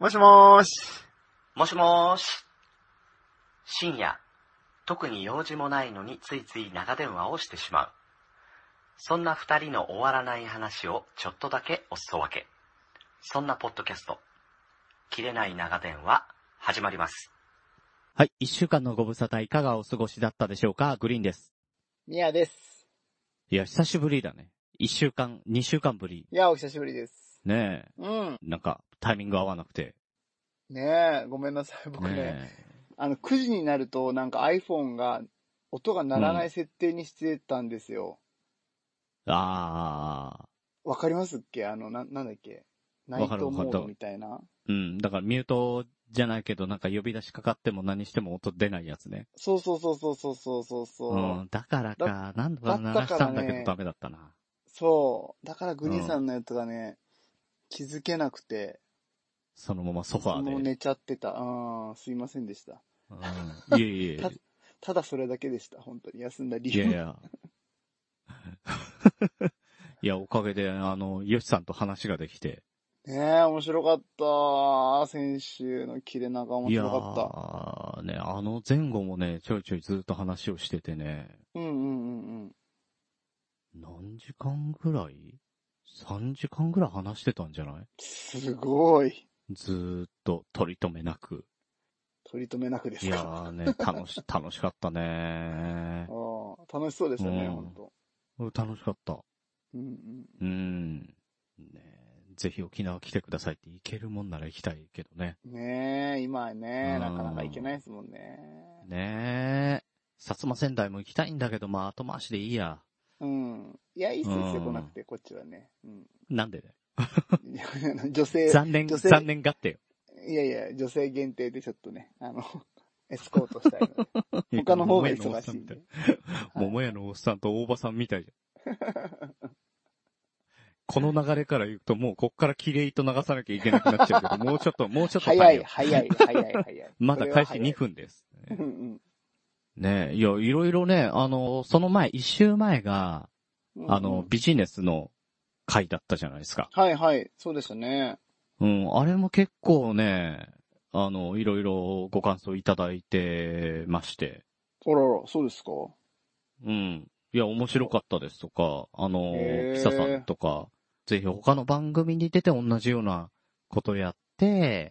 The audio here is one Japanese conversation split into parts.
もしもーし。 もしもーし。深夜、特に用事もないのについつい長電話をしてしまう。そんな二人の終わらない話をちょっとだけおすそ分け。そんなポッドキャスト、切れない長電話、始まります。 はい。一週間のご無沙汰いかがお過ごしだったでしょうか？グリーンです。 ミヤです。 いや、久しぶりだね。一週間、二週間ぶり。 いや、お久しぶりです。 ねえ。 うん。 なんか、タイミング合わなくて。 ねえ、ごめんなさい。僕ね、9時になるとなんか iPhone が音が鳴らない設定にしてたんですよ。わかりますっけ？なんだっけ？ナイトモードみたいな。 うん。だからミュートじゃないけど、なんか呼び出しかかっても何しても音出ないやつね。 そう。 うん。だからか、何度か鳴らしたんだけどダメだったな。 そう。だからグリーンさんのやつがね、気づけなくて。 そのままソファーで。 もう寝ちゃってた。すいませんでした。 うん。いえ。 ただそれだけでした。本当に。休んだ理由。 いや。いや、おかげで、ヨシさんと話ができて。 ねえ、面白かった。先週の切れ長面白かった。 いやー、ね、前後もね、ちょいちょいずっと話をしててね。 うん。 何時間ぐらい ?3 時間ぐらい話してたんじゃない？ すごい。 ずーっと取り留めなく。 取り留めなくですか？ いやーね、楽しかったねー。楽しそうでしたね、ほんと。 楽しかった。 うんね、ぜひ沖縄来てくださいって行けるもんなら行きたいけどね。 ねえ、今はね、なかなか行けないですもんね。 ねえ。薩摩仙台も行きたいんだけど、まあ後回しでいいや。 うん。いや、いいっすよ、来なくて、こっちはね。うん。 なんでね。 女性。 残念がってよ。 いや、女性限定でちょっとね、エスコートしたいので。他の方が忙しいんで。 桃屋のおっさんと大場さんみたいじゃん。この流れから言うともうこっからキレイと流さなきゃいけなくなっちゃうけど、もうちょっと早い。 まだ開始2分です。ねえ、いや、いろいろね、その前、一週前が、ビジネスの回だったじゃないですか。 はい、そうでしたね。 うん、あれも結構ね、いろいろご感想いただいてまして。 あらら、そうですか？ うん。いや、面白かったですとか、ピサさんとか、ぜひ他の番組に出て同じようなことやって、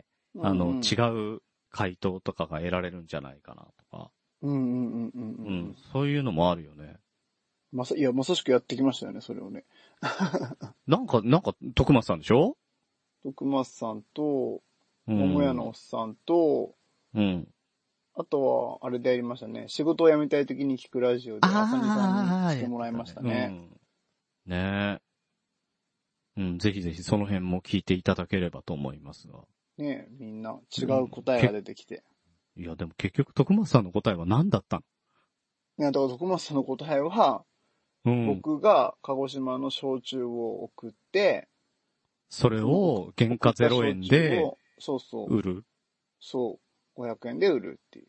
違う回答とかが得られるんじゃないかなとか。そういうのもあるよね。 まさしくやってきましたよね、それをね。 なんか、徳松さんでしょ？ 徳松さんと、桃屋のおっさんと、あとは、あれでやりましたね。仕事を辞めたい時に聞くラジオで、あさみさんにしてもらいましたね。 ねえ。ぜひぜひその辺も聞いていただければと思いますが。 ねえ、みんな違う答えが出てきて。 いや、でも結局徳松さんの答えは何だったの？ いや、だから徳松さんの答えは、僕が鹿児島の焼酎を送って、 それを原価0円で売る。 そう。500円で売るっていう。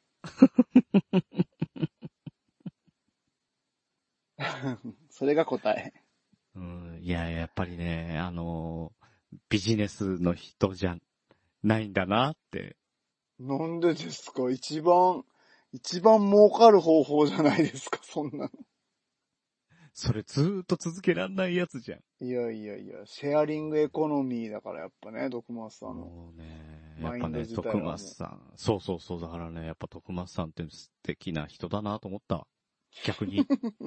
それが答え。 いや、やっぱりね、ビジネスの人じゃないんだなって。 なんでですか？一番儲かる方法じゃないですか、そんなの。 それずーっと続けらんないやつじゃん。 いや、シェアリングエコノミーだからやっぱね、徳松さんの。 もうね、やっぱね、徳松さん。そう、だからね、やっぱ徳松さんって素敵な人だなと思った。逆に。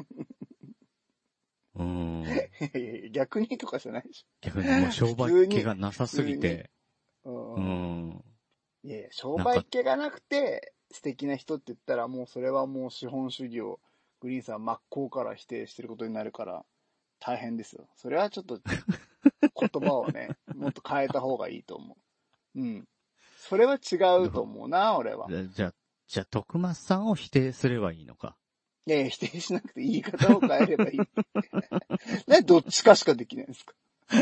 逆にとかじゃないでしょ。 逆にもう商売気がなさすぎて。 いや、商売っ気がなくて素敵な人って言ったらもうそれはもう資本主義をグリーンさん真っ向から否定してることになるから大変ですよ。それはちょっと言葉をね、もっと変えた方がいいと思う。それは違うと思うな、俺は。 じゃあ、徳松さんを否定すればいいのか。 いや、否定しなくて言い方を変えればいい。どっちかしかできないんですか？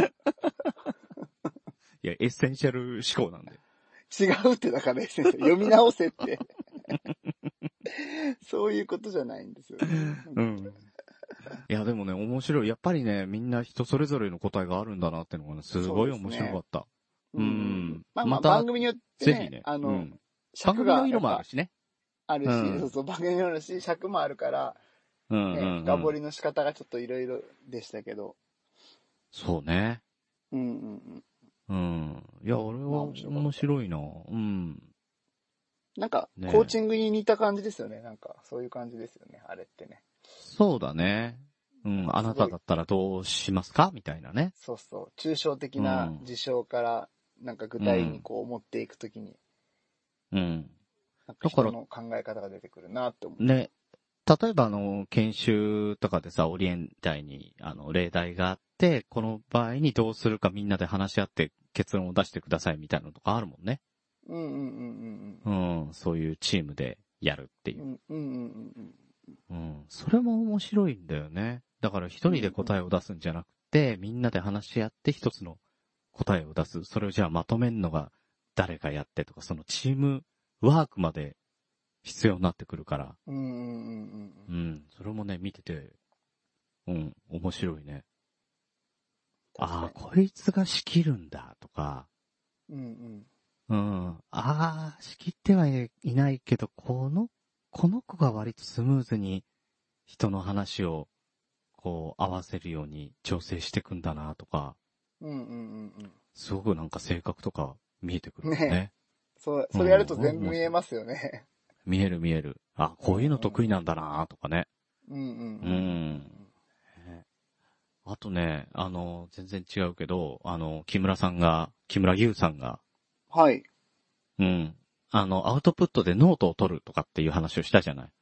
いや、エッセンシャル思考なんで。 違うってだからエッセンシャル。読み直せって。そういうことじゃないんですよね。 いや、でもね、面白い。やっぱりね、みんな人それぞれの答えがあるんだなってのがね、すごい面白かった。 まあまた番組によってね、 ぜひね。番組尺がの色もあるしね。 あるし、そうそう、番組もあるし、尺もあるから、ね、深掘りの仕方がちょっといろいろでしたけど。 そうね。いや、俺は面白いな。 なんか、コーチングに似た感じですよね。なんか、そういう感じですよね、あれってね。 そうだね。あなただったらどうしますかみたいなね。 そうそう。抽象的な事象から、なんか具体にこう持っていくときに。なんか人の考え方が出てくるなって思う。 ね。例えば研修とかでさ、オリエンタイに、例題があって、この場合にどうするかみんなで話し合って結論を出してくださいみたいなのとかあるもんね。そういうチームでやるっていう。それも面白いんだよね。だから一人で答えを出すんじゃなくて、みんなで話し合って一つの答えを出す。それをじゃあまとめるのが誰がやってとか、そのチームワークまで必要になってくるから。それもね、見てて、面白いね。ああ、こいつが仕切るんだ、とか。仕切ってはいないけど、この子が割とスムーズに人の話を、こう、合わせるように調整していくんだな、とか。すごくなんか性格とか見えてくるね。 それやると全部見えますよね。 見える。あ、こういうの得意なんだなとかね。あとね、全然違うけど、木村優さんが。 はい。 アウトプットでノートを取るとかっていう話をしたじゃない。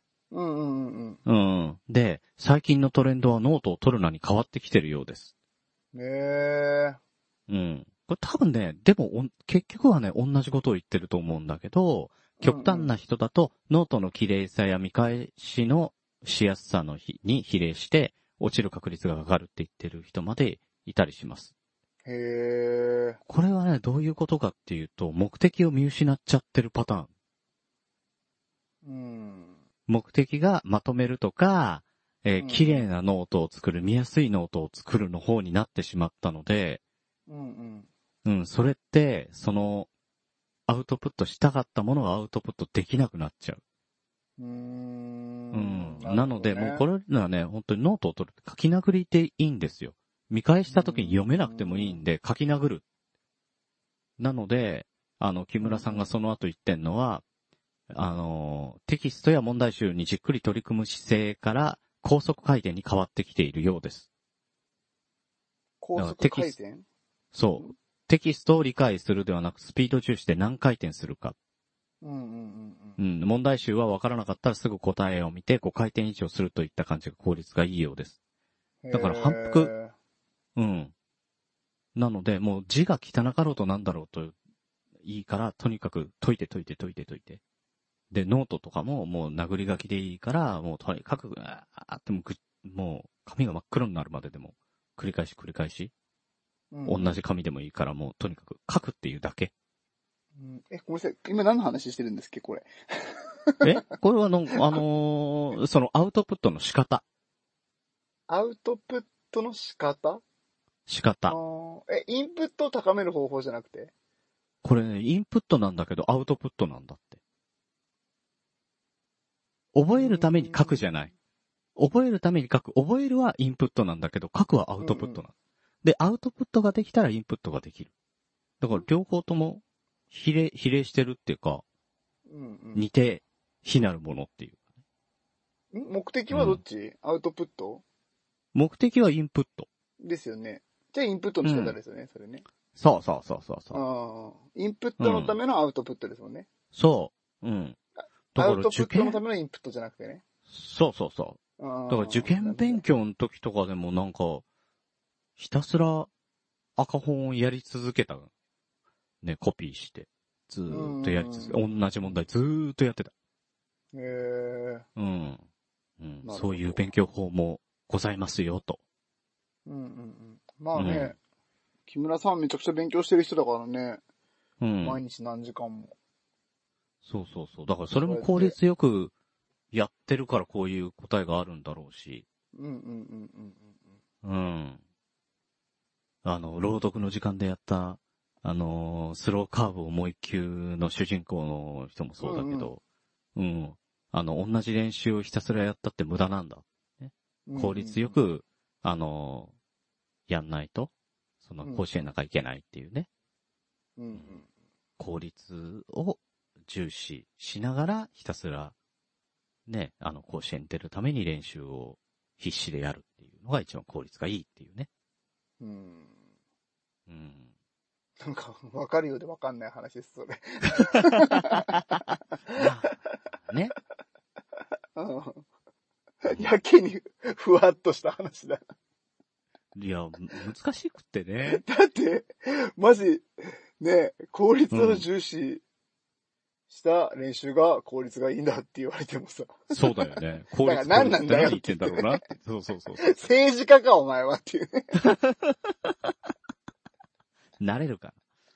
で、最近のトレンドはノートを取るなに変わってきてるようです。 へえ。 これ多分ね、でも結局はね、同じことを言ってると思うんだけど、極端な人だと、ノートの綺麗さや見返しのしやすさに比例して、落ちる確率が上がるって言ってる人までいたりします。 へー。 これはね、どういうことかっていうと、目的を見失っちゃってるパターン。目的がまとめるとか、綺麗なノートを作る、見やすいノートを作るの方になってしまったので、それって、アウトプットしたかったものがアウトプットできなくなっちゃう。なので、もうこれはね、本当にノートを取る書き殴りでいいんですよ。見返した時に読めなくてもいいんで、書き殴る。なので、木村さんがその後言ってんのは、テキストや問題集にじっくり取り組む姿勢から高速回転に変わってきているようです。 高速回転？ そう。テキストを理解するではなく、スピード重視で何回転するか。問題集は分からなかったらすぐ答えを見て5回転以上するといった感じが効率がいいようです。だから反復。なので、もう字が汚かろうとなんだろうといいから、とにかく解いて。で、ノートとかももう殴り書きでいいから、もうとにかく、もう紙が真っ黒になるまででも、繰り返し。同じ紙でもいいから、もうとにかく書くっていうだけ。 ごめんなさい。今何の話してるんですっけ、これ。 これはそのアウトプットの仕方。 アウトプットの仕方？インプットを高める方法じゃなくて？ これね、インプットなんだけど、アウトプットなんだって。覚えるために書くじゃない。覚えるために書く。覚えるはインプットなんだけど、書くはアウトプットなの。で、アウトプットができたらインプットができる。だから両方とも比例してるっていうか、似て非なるものっていう。 目的はどっち？アウトプット？ 目的はインプット。 ですよね。じゃあインプットの仕方ですよね、それね。 そう。 インプットのためのアウトプットですもんね。 そう。 アウトプットのためのインプットじゃなくてね。 そう。だから受験勉強の時とかでもなんか、ひたすら赤本をやり続けた。ね、コピーして。ずーっとやり続け、同じ問題ずーっとやってた。そういう勉強法もございますよ、と。 まあね、木村さんめちゃくちゃ勉強してる人だからね。毎日何時間も。 そう。だからそれも効率よくやってるからこういう答えがあるんだろうし。朗読の時間でやった、 スローカーブをもう一球の主人公の人もそうだけど、同じ練習をひたすらやったって無駄なんだ。ね、効率よく、やんないと、甲子園なんか行けないっていうね。効率を重視しながら、ひたすら、ね、甲子園出るために練習を必死でやるっていうのが一番効率がいいっていうね。 なんか、わかるようでわかんない話です、それ。 ね。 やけにふわっとした話だ。 いや、難しくってね。 だって、マジ、ね、効率を重視した練習が効率がいいんだって言われてもさ。 そうだよね。効率何なんだよ何言ってんだろうなって。そう。 政治家か、お前はっていうね。 なれるか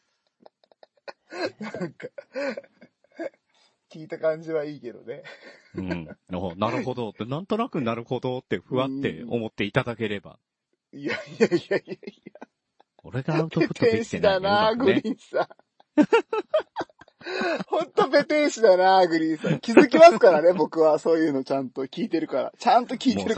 なんか、聞いた感じはいいけどね。 なるほどって、なんとなくなるほどってふわって思っていただければ。 いや。 俺がアウトプットできてないよ。 ペテン師だな、グリーンさん。ほんとペテン師だな、グリーンさん。気づきますからね、僕は。そういうのちゃんと聞いてるから。ちゃんと聞いてるから。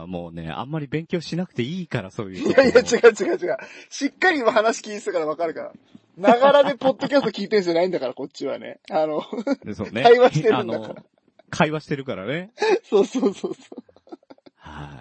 もうね、あんまり勉強しなくていいから、そういう。 いや、違う。しっかり今話聞いてたからわかるから。ながらでポッドキャスト聞いてんじゃないんだから、こっちはね。 そうね。 会話してるんだから。 会話してるからね。 そう。 はい。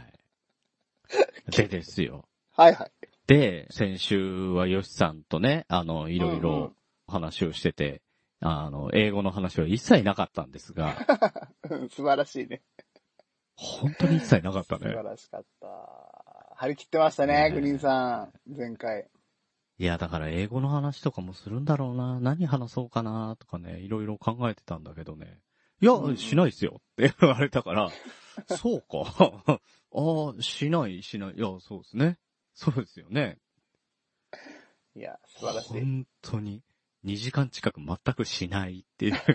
でですよ。 はい。 で、先週はヨシさんとね、いろいろ話をしてて、英語の話は一切なかったんですが。 素晴らしいね。 本当に一切なかったね。 素晴らしかった。張り切ってましたね、グリーンさん。前回。 いや、だから英語の話とかもするんだろうな。何話そうかなとかね、いろいろ考えてたんだけどね。いや、しないっすよって言われたから、そうか。しない。いや、そうですね。そうですよね。 いや、素晴らしい。 本当に、2時間近く全くしないっていう。い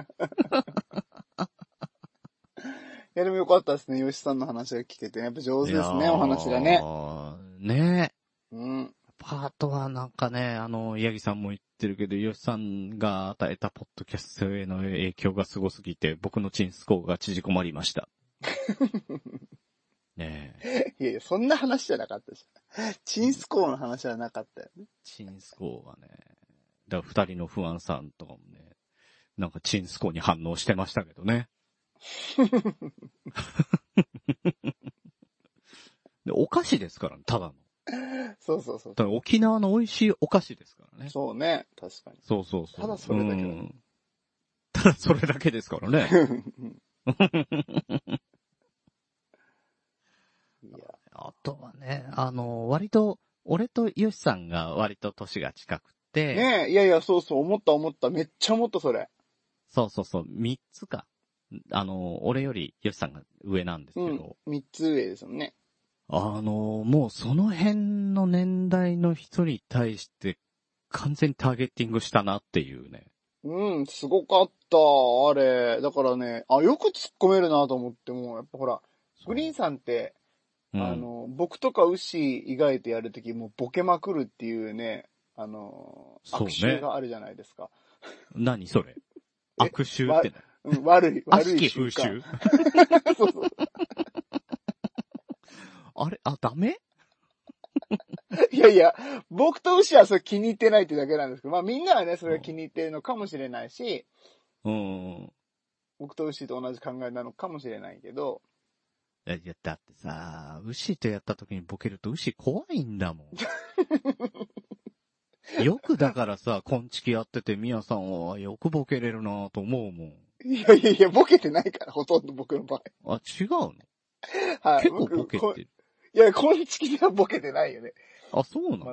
や、でもよかったですね。ヨシさんの話が聞けて、やっぱ上手ですね、お話がね。 ねえ。パートはなんかね、ヤギさんも言ってるけど、ヨシさんが与えたポッドキャストへの影響がすごすぎて、僕のチンスコーが縮こまりました。ねえ。いや、そんな話じゃなかったじゃん。チンスコーの話はなかったよね。 チンスコーはね、だから二人の不安さんとかもね、なんかチンスコーに反応してましたけどね。でお菓子ですからね、ただの。 そう。 ただ沖縄の美味しいお菓子ですからね。 そうね、確かに。 そう。 ただそれだけだ。 ただそれだけですからね。いや、あとはね、割と、俺とヨシさんが割と年が近くて。 ねえ、いや、そう、思った。めっちゃ思った、それ。 そう、3つか。俺よりヨシさんが上なんですけど。 3つ上ですよね。 もうその辺の年代の人に対して完全にターゲッティングしたなっていうね。 すごかった、あれ。だからね、よく突っ込めるなと思っても、やっぱほら、グリーンさんって、僕とかウシ以外とやるときもうボケまくるっていうね、悪臭があるじゃないですか。 何それ悪臭って悪い悪しき風習そう。 あれダメいや、僕とウシはそれ気に入ってないってだけなんですけど、まあみんなはね、それが気に入ってるのかもしれないし、僕とウシと同じ考えなのかもしれないけど、 いや、だってさ、ウシとやった時にボケるとウシ怖いんだもん。よくだからさ、コンチキやっててミヤさんはよくボケれるなと思うもん。 いや、ボケてないから、ほとんど僕の場合。 違うのはい。 結構ボケてる。 いや、コンチキではボケてないよね。 そうなの、 はい。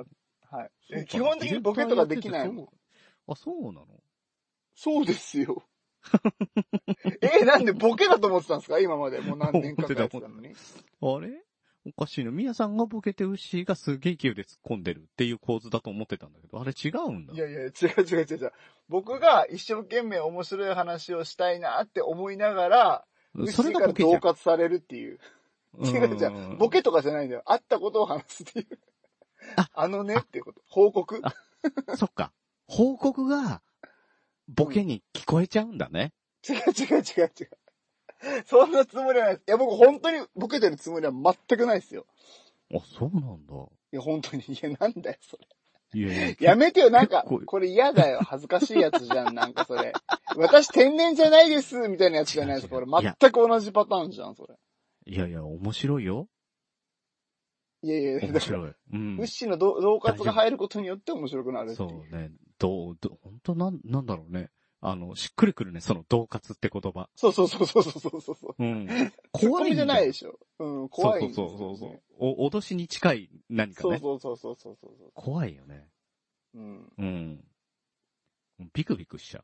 基本的にボケとかできないもん。 そうなのそうですよ。なんでボケだと思ってたんですか今まで。もう何年かやってたのに。 あれおかしいの。ミヤさんがボケてウシがすげえ勢いで突っ込んでるっていう構図だと思ってたんだけど、あれ違うんだ。 いや、違う。僕が一生懸命面白い話をしたいなって思いながら、ウシから恫喝されるっていう。違う。ボケとかじゃないんだよ。あったことを話すっていう。っていうこと。報告そっか。報告が、ボケに聞こえちゃうんだね。 違う。そんなつもりはないです。いや、僕本当にボケてるつもりは全くないですよ。 あ、そうなんだ。 いや、本当に。いや、なんだよ、それ。 いややめてよ、なんか結構、 これ嫌だよ。恥ずかしいやつじゃん、なんかそれ。私天然じゃないです、みたいなやつじゃないですか。これ違う全く同じパターンじゃん、それ。 いや、面白いよ。 いや、 面だから、 白い。うんウッ。シーの恫喝が入ることによって面白くなるっていそうね。本当なんだろうね。しっくりくるね、その恫喝って言葉。 そう。 うん。 ツッコミじゃないでししょ。うん、怖いんですよ、ね。 そう。脅しに近い何かね。 そう。 怖いよね。 うん。 うん。ビクビクしちゃ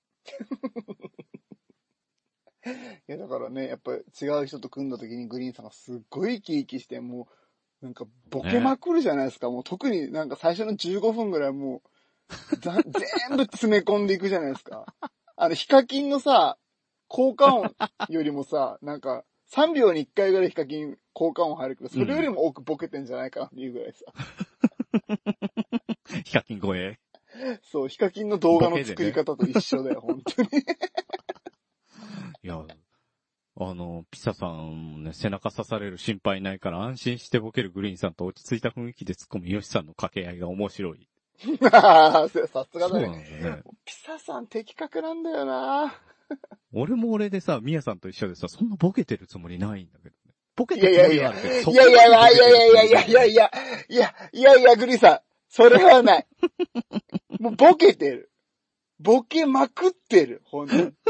いや、だからね、やっぱ違う人と組んだ時にグリーンさんがすっごい生き生きして、もう、なんかボケまくるじゃないですか。もう特になんか最初の15分ぐらいもう、全部詰め込んでいくじゃないですか。ヒカキンのさ、効果音よりもさ、なんか、3秒に1回ぐらいヒカキン効果音入るけど、それよりも多くボケてんじゃないかなっていうぐらいさ。 ヒカキン超え。 そう、ヒカキンの動画の作り方と一緒だよ、本当に。 いや、ピサさんね、背中刺される心配ないから安心してボケるグリーンさんと落ち着いた雰囲気で突っ込むヨシさんの掛け合いが面白い。 さすがだそうなんね。 だね。 ピサさん的確なんだよな。 俺も俺でさ、ミヤさんと一緒でさ、そんなボケてるつもりないんだけどね。ボケいてるつもりはあるけど、 や、グリーンさん、それはない。もうボケてる。ボケまくってる、ほんとに。 いや、だ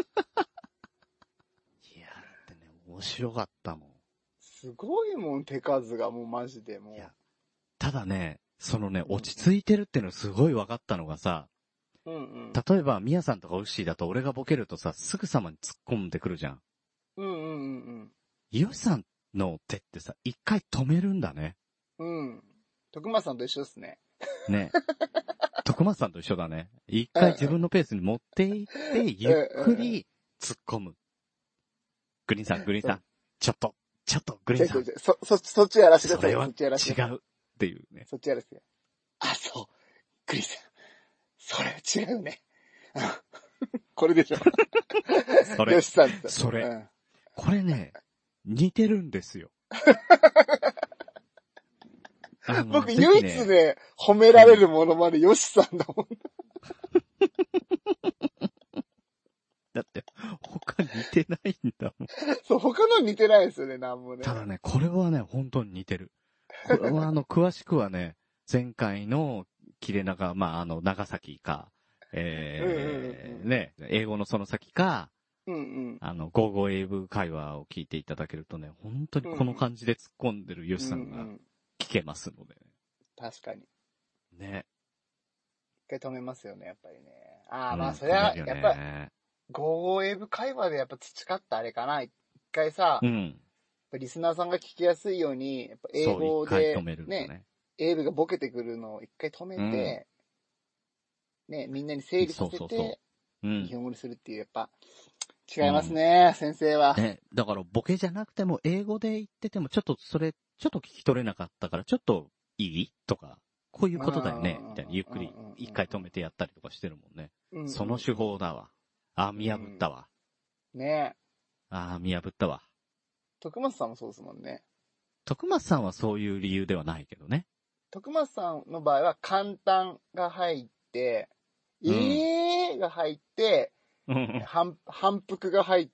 ってね、面白かったもん。 すごいもん、手数がもうマジでもう。 いや、ただね、そのね、落ち着いてるっていうのすごい分かったのがさ、例えば、ミヤさんとかウッシーだと俺がボケるとさ、すぐさまに突っ込んでくるじゃん。ヨシさんの手ってさ、一回止めるんだね。 徳松さんと一緒ですね。 ね。徳松さんと一緒だね。一回自分のペースに持っていって、ゆっくり突っ込む。グリーンさん、ちょっと、グリーンさん。 そっちやらせてください。 それは違うっていうね。 そっちやらせて。あ、そう。グリーンさん。それ違うね。これでしょ。 それ。 よしさんって。 それ。これね、似てるんですよ。 僕唯一ね、褒められるものまでヨシさんだもん。 だって、他似てないんだもん。 そう、他の似てないですよね、なんもね。 ただね、これはね、本当に似てる。これは詳しくはね、前回の切れ長、長崎か、ね、英語のその先か、ゴーゴー英語会話を聞いていただけるとね、本当にこの感じで突っ込んでるヨシさんが聞けますので、ね。 確かに。 ね。 一回止めますよね、やっぱりね。それは、やっぱ、ゴーゴー英語会話でやっぱ培ったあれかな。一回さ、リスナーさんが聞きやすいように、やっぱ英語で、ね、英語がボケてくるのを一回止めて、ね、みんなに整理させて、日本語にするっていう、やっぱ、違いますね、先生は。 ね、だからボケじゃなくても、英語で言ってても、ちょっと聞き取れなかったから、ちょっといいとか、こういうことだよね、みたいにゆっくり一回止めてやったりとかしてるもんね。その手法だわ。見破ったわ。 ね見破ったわ。 徳松さんもそうですもんね。 徳松さんはそういう理由ではないけどね。 徳松さんの場合は、簡単が入って、が入って、反復が入って、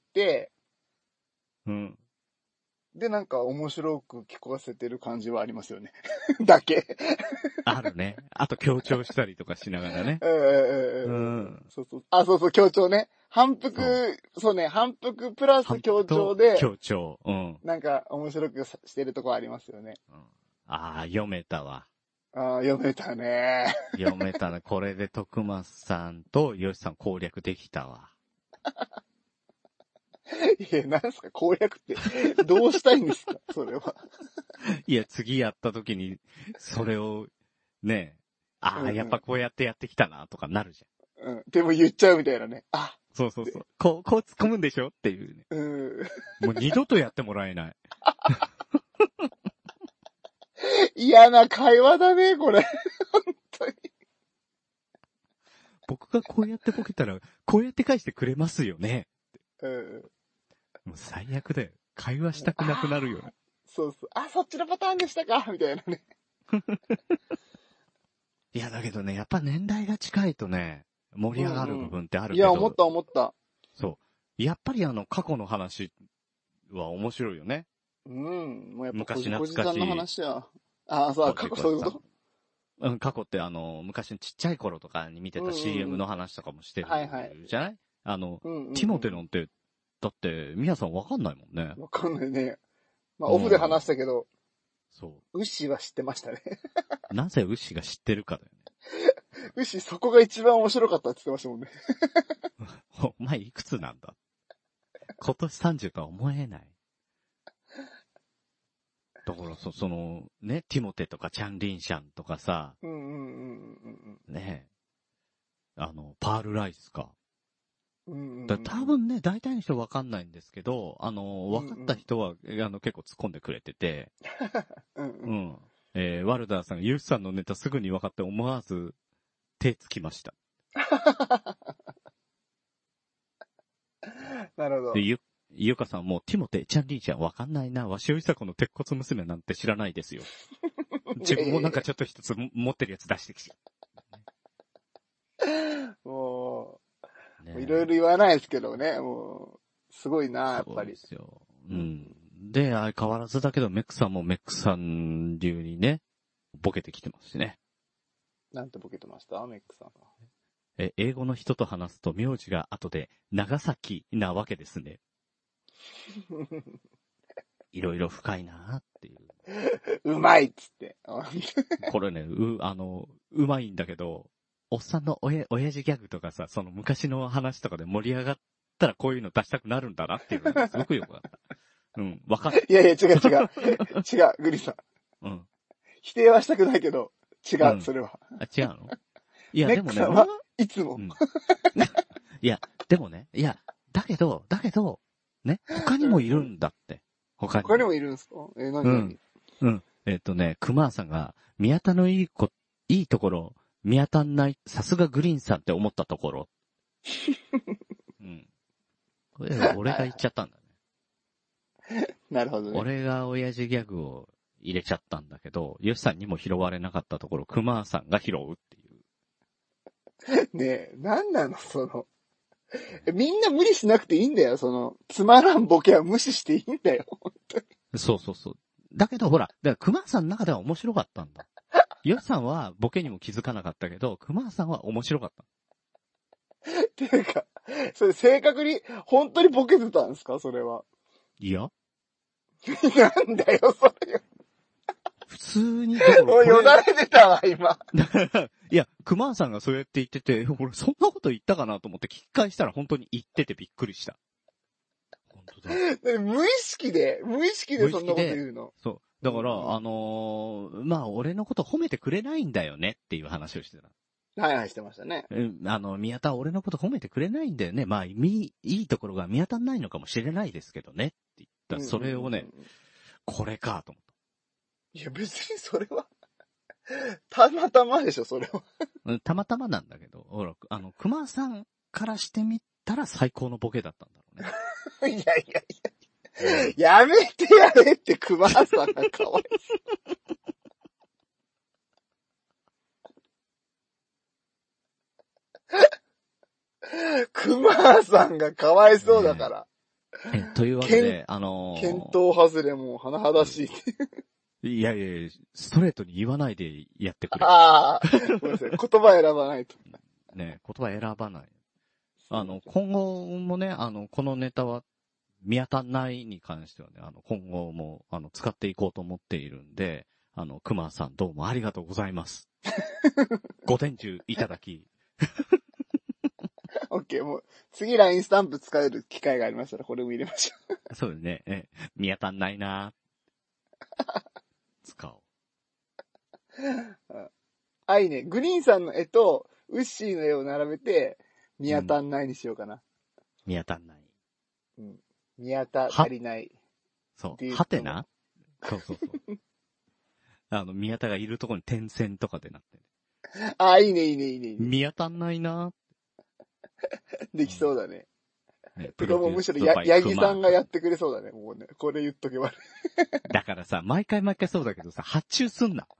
で、なんか面白く聞こえせてる感じはありますよね。だけ。 あるね。あと強調したりとかしながらね。 そう、強調ね。反復プラス強調で。 強調。 なんか面白くしてるとこありますよね。 読めたわ。 読めたね。 読めたね。これで徳松さんとヨシさん攻略できたわ。 いや、なんすか攻略って。どうしたいんですかそれは。 いや、次やった時に、それを、ね、やっぱこうやってやってきたな、とかなるじゃん。でも言っちゃうみたいなね。 そう。こう突っ込むんでしょっていうね。もう二度とやってもらえない。 嫌な会話だね、これ。本当に。 僕がこうやってボケたら、こうやって返してくれますよね。 うん。 もう最悪だよ。会話したくなくなるよ。 そうそう。あ、そっちのパターンでしたかみたいなね。 いや、だけどね、やっぱ年代が近いとね、盛り上がる部分ってあるいや、 けど。 思った思った。 そう。やっぱり過去の話は面白いよね。 うん。もうやっぱ昔こじさんの話は。あ、そう、過去そういうことうん、過去って昔のちっちゃい頃とかに見てた CM の話とかもしてるはいはいじゃない？ティモテなんて、だって、皆さんわかんないもんね。 わかんないね。まあ、オフで話したけど、 そう。 ウッシーは知ってましたね。 なぜウッシーが知ってるかだよね。 ウッシーそこが一番面白かったって言ってましたもんね。 お前いくつなんだ？今年30とは思えない。だからね、ティモテとかチャンリンシャンとかさ、ね、パールライスか。多分ね、大体の人わかんないんですけど、わかった人は、結構突っ込んでくれてて、ワルダーさんがユウさんのネタすぐに分かって思わず手つきました。 なるほど。 で、ゆかさんもティモテ、チャンリンちゃんわかんないな。わしおいさこの鉄骨娘なんて知らないですよ。自分もなんかちょっと一つ持ってるやつ出してきて。 もう、いろいろ言わないですけどね、もう、すごいな、やっぱり。 そうですよ。うん。で、相変わらずだけど、メックさんもメックさん流にね、ボケてきてますしね。 なんてボケてましたメックさんは。 英語の人と話すと名字が後で長崎なわけですね。いろいろ深いなっていう。 うまいっつって。 これね、うまいんだけど、おっさんの親父ギャグとかさ、その昔の話とかで盛り上がったらこういうの出したくなるんだなっていうのがすごくよくわかった。うん、わかる。 いやいや、違う、違う、グリさん。 うん。 否定はしたくないけど、違う、それは。 あ、違うの？いや、でもね、 いつも。 いや、でもね、いや、だけど、ね、他にもいるんだって。他にもいるんですか？何？ 熊さんが、宮田のいいところ、見当たんない、さすがグリーンさんって思ったところ。うん。これ、俺が言っちゃったんだね。なるほどね。 俺が親父ギャグを入れちゃったんだけど、ヨシさんにも拾われなかったところ、熊さんが拾うっていう。 ねえ、なんなのみんな無理しなくていいんだよ、つまらんボケは無視していいんだよ、本当に。 そう。だけどほら、だから熊さんの中では面白かったんだ。ヨシさんはボケにも気づかなかったけど、熊さんは面白かった。 っていうか、それ正確に、本当にボケてたんですかそれは。 いや。 なんだよ、それ。 普通に。 もうよだれ出たわ、今。 いや、熊さんがそうやって言ってて、俺そんなこと言ったかなと思って聞き返したら本当に言っててびっくりした。本当だ。 無意識でそんなこと言うの。 そう。だから、まあ、俺のこと褒めてくれないんだよねっていう話をしてた。 はい、してましたね。 宮田は俺のこと褒めてくれないんだよね。まあ、いいところが見当たんないのかもしれないですけどねって言ったら、それをね、これかと思った。 いや、別にそれは、たまたまでしょ、それは。 たまたまなんだけど、ほら、熊さんからしてみたら最高のボケだったんだろうね。 いや。やめてやれって、熊さんがかわいそう。熊さんがかわいそうだから。 というわけで、 検討外れも甚だしい。 いや、ストレートに言わないでやってくれ。 ああ、ごめんなさい。言葉選ばないと。 ね、言葉選ばない。今後もね、このネタは見当たんないに関してはね、今後も、使っていこうと思っているんで、熊さんどうもありがとうございます。ご伝授いただき。 オッケー、もう、次 LINE スタンプ使える機会がありましたら、これも入れましょう。そうですね。見当たんないな使おう。あ、いいね。グリーンさんの絵と、ウッシーの絵を並べて、見当たんないにしようかな。 見当たんない。 うん。見当た足りない。 そう。はてな？そう。見当たがいるところに点線とかでなってる。 あ、いいね。 見当たんないなできそうだね。 ねてかもうむしろバイヤギさんがやクってくれそうだね、もうね。これ言っとけば。 マだからさ、毎回そうだけどさ、発注すんな。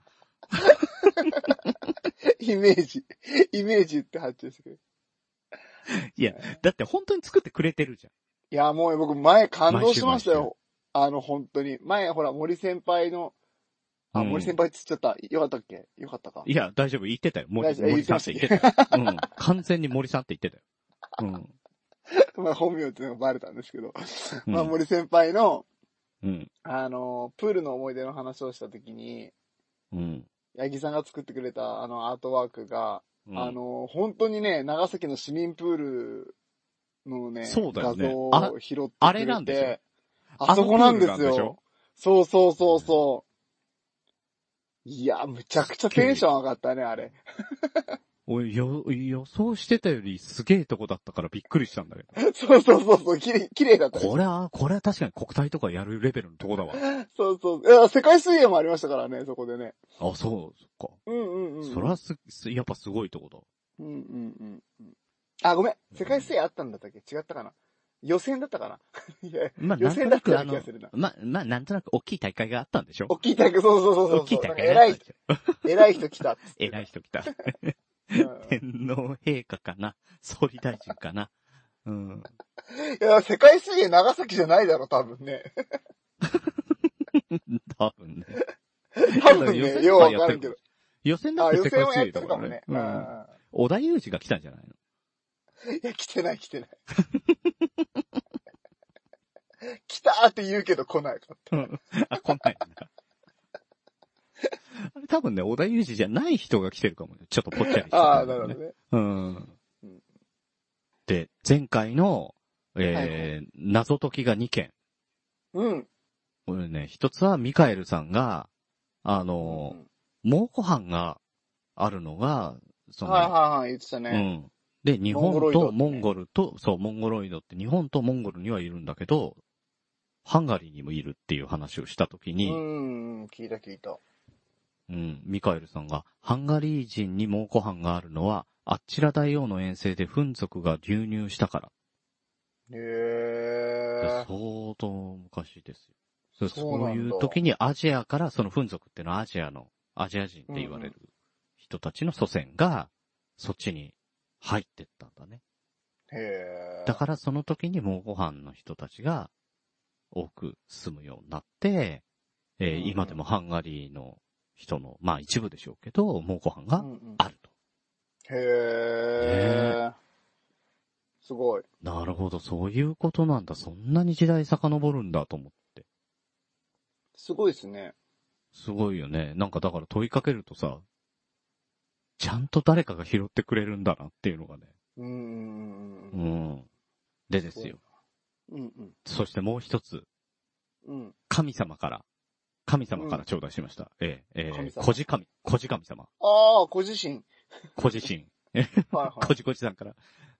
イメージ言って発注してくれる。 いや、だって本当に作ってくれてるじゃん。 いや、もう僕前感動しましたよ。本当に。前ほら、森先輩の、森先輩って言っちゃった。よかったっけ？よかったか。 いや、大丈夫。言ってたよ。森さんって言ってたよ。完全に森さんって言ってたよ。 まあ本名っていうのがバレたんですけど。まあ森先輩の、プールの思い出の話をしたときに、八木さんが作ってくれたアートワークが、本当にね、長崎の市民プールのね、画像を拾ってくれて、 あれなんでしょ？ あそこなんですよ。そう。いや、むちゃくちゃテンション上がったね、あれ。 俺、予想してたよりすげえとこだったからびっくりしたんだけど。 そう、綺麗だった。 これは確かに国体とかやるレベルのとこだわ。 そう。いや、世界水泳もありましたからね、そこでね。 あ、そうか。それはやっぱすごいとこだ。 あ、ごめん。世界水泳あったんだったっけ？違ったかな？予選だったかな？いや、予選なんとなくだった気がするな。 なんとなく大きい大会があったんでしょ？ 大きい大会、そう。 大きい大会があったんでしょ？ 偉い人来た。 偉い人来た。天皇陛下かな？総理大臣かな？ いや、世界水泳長崎じゃないだろ、多分ね。 多分ね。 ようわかるけど。 予選だって世界水泳だからね。織田裕二が来たんじゃないの？ いや、来てない。来たーって言うけど来ないかった。 来ないんだ。多分ね、織田裕二じゃない人が来てるかもね。ちょっとぽっちゃりしてなるほどね。 で、前回の、謎解きが2件。これね、一つはミカエルさんが、蒙古藩があるのが、 言ってたね。 で、日本とモンゴルと、モンゴロイドって日本とモンゴルにはいるんだけど、ハンガリーにもいるっていう話をしたときに、 聞いた。 ミカエルさんが、ハンガリー人に蒙古藩があるのは、あっちら大王の遠征でフン族が流入したから。相当昔ですよ。そういう時にアジアからそのフン族っていうのはアジア人って言われる人たちの祖先が、そっちに入ってったんだね。だからその時に蒙古藩の人たちが多く住むようになって、今でもハンガリーの人の、まあ一部でしょうけど、蒙古藩があると。 すごい。 なるほど、そういうことなんだ。そんなに時代遡るんだと思って。 すごいですね。 すごいよね。なんかだから問いかけるとさ、ちゃんと誰かが拾ってくれるんだなっていうのがね。でですよ。そしてもう一つ。神様から頂戴しました。小路神様。 ああ、小地神。 小地神。小地さんから。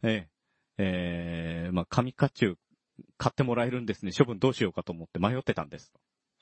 まあ、神甲冑買ってもらえるんですね。処分どうしようかと思って迷ってたんです。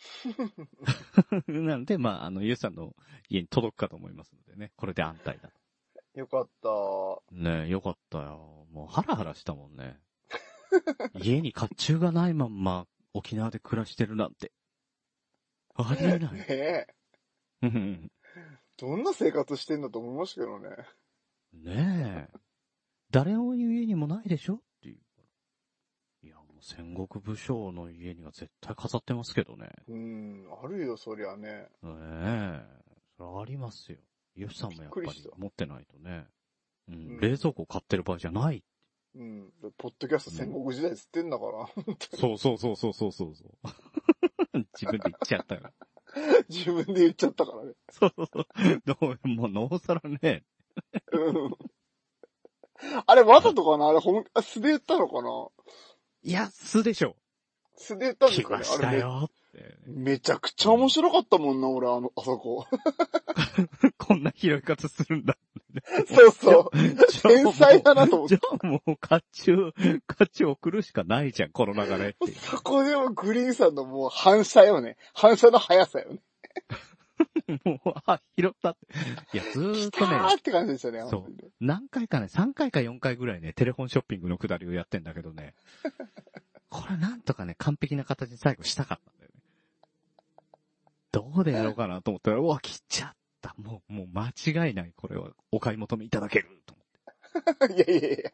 なんで、まあ、ゆうさんの家に届くかと思いますのでね。これで安泰だ。 よかった。 ねえ、よかったよ。もうハラハラしたもんね。家に甲冑がないまんま沖縄で暮らしてるなんて。ありえない。 ねえ。どんな生活してんだと思いましたけどね。 ねえ。誰の家にもないでしょっていう。いや、もう戦国武将の家には絶対飾ってますけどね。 あるよ、そりゃね。 それありますよ。ヨシさんもやっぱり持ってないとね。冷蔵庫買ってる場合じゃない。 ポッドキャスト戦国時代つってんだから。 そう。自分で言っちゃったよ。 自分で言っちゃったからね。 そう。もう、なおさらね。 あれ、わざとかなあれ、素で言ったのかないや、素でしょ。 素で言ったんですかね。 来ましたよって。 めちゃくちゃ面白かったもんな、俺、あそこ。 こんな拾い方するんだ。 そう。天才だなと思って。 じゃあもう、甲冑送るしかないじゃん、この流れって。 そこでもグリーンさんのもう反射よね。反射の速さよね。 もう、あ、拾ったって。いや、ずーっとね、 来たーって感じでしたね、 そう本当にね。 何回かね、3回か4回ぐらいね、テレフォンショッピングのくだりをやってんだけどね、これなんとかね、完璧な形に最後したかったんだよね。どうでやろうかなと思ったら、うわ、来ちゃった。もう間違いない。これはお買い求めいただける。と思って。 いやいやいや。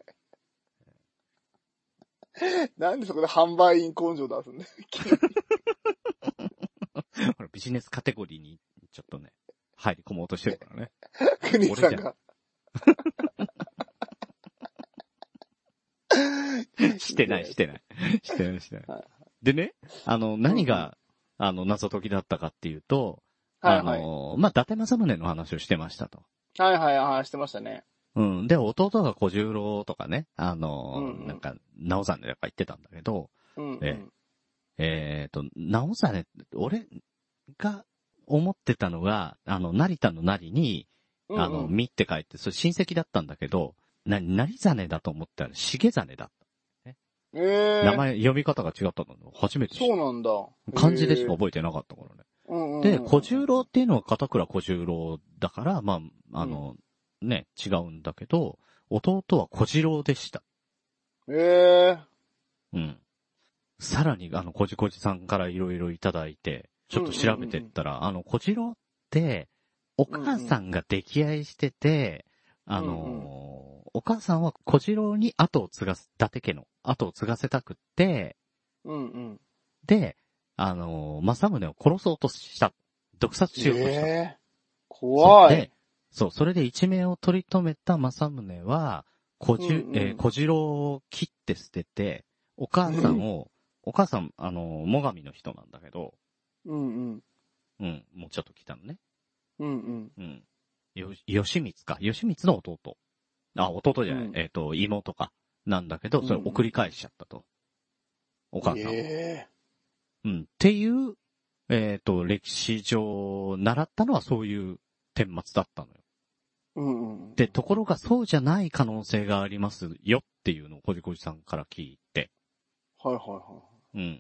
なんでそこで販売員根性出すんだよ。 ほらビジネスカテゴリーにちょっとね、入り込もうとしてるからね。 国さんが。 してない。 はいでね、何が、謎解きだったかっていうと、 はいはい。 まあ、伊達政宗の話をしてましたと。 はいはい、はい、してましたね。 うん。で、弟が小十郎とかね、 うんなんか、直実とか言ってたんだけど、 うんうん。 直実、俺が思ってたのが、成田の成に、 うんうん。 みって書いて、それ親戚だったんだけど、成実だと思ったら重実だった。名前、読み方が違ったの。初めて知っそうなんだ。 た。漢字でしか覚えてなかったからね。 うんうん。 で、小十郎っていうのは片倉小十郎だから、まあ、ね、違うんだけど、弟は小次郎でした。 えうん。さらに、こじこじさんからいろいろいただいて、ちょっと調べてったら、小次郎って、お母さんが溺愛してて、お母さんは小次郎に伊達家の後を継がせたくって、 うんうん。 で、政宗を殺そうとした。毒殺しようとした。 怖い。 それで一命を取り留めた政宗は、小次郎を切って捨てて、お母さん、最上の人なんだけど、 うんうん。 もうちょっと来たのね。 うんうん。 義満か。義満の弟。あ、弟じゃない。妹か。なんだけど、それ送り返しちゃったと。お母さんは。っていう、歴史上、習ったのはそういう顛末だったのよ。で、ところがそうじゃない可能性がありますよっていうのをこじこじさんから聞いて。 はいはいはい。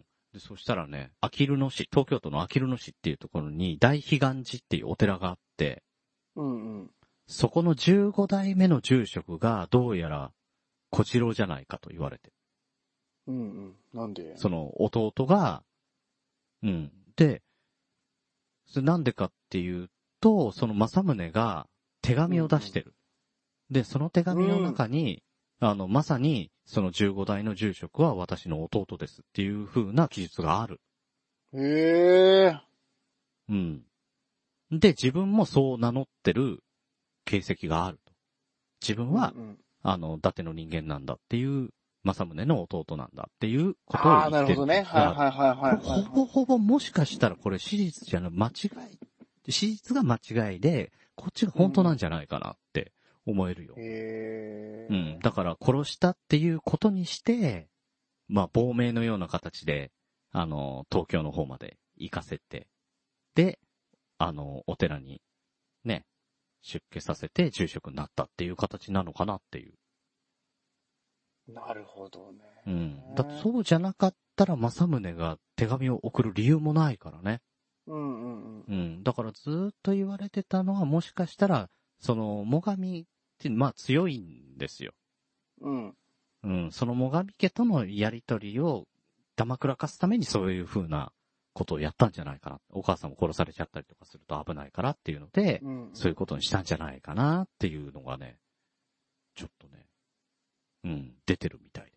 で、そしたらね、東京都のあきる野市っていうところに大悲願寺っていうお寺があって、そこの15代目の住職がどうやら小次郎じゃないかと言われて。 なんで？ その弟が、で、それなんでかっていうと、その政宗が手紙を出してる。で、その手紙の中に、まさに、その15代の住職は私の弟ですっていう風な記述がある。 へー。で、自分もそう名乗ってる形跡があると。自分は、伊達の人間なんだっていう、政宗の弟なんだっていうことを言ってる。 なるほどね。はい。 ほぼほぼもしかしたらこれ史実じゃない、史実が間違いで、こっちが本当なんじゃないかなって思えるよ。だから殺したっていうことにして、まあ、亡命のような形で、東京の方まで行かせて、で、お寺に、ね、出家させて住職になったっていう形なのかなっていう。 なるほどね。 だってそうじゃなかったら政宗が手紙を送る理由もないからね。だからずーっと言われてたのはもしかしたら、その、最上って、まあ強いんですよ。その最上家とのやりとりを黙らかすためにそういう風なことをやったんじゃないかな。お母さんも殺されちゃったりとかすると危ないからっていうので、そういうことにしたんじゃないかなっていうのがね、ちょっとね、出てるみたいです。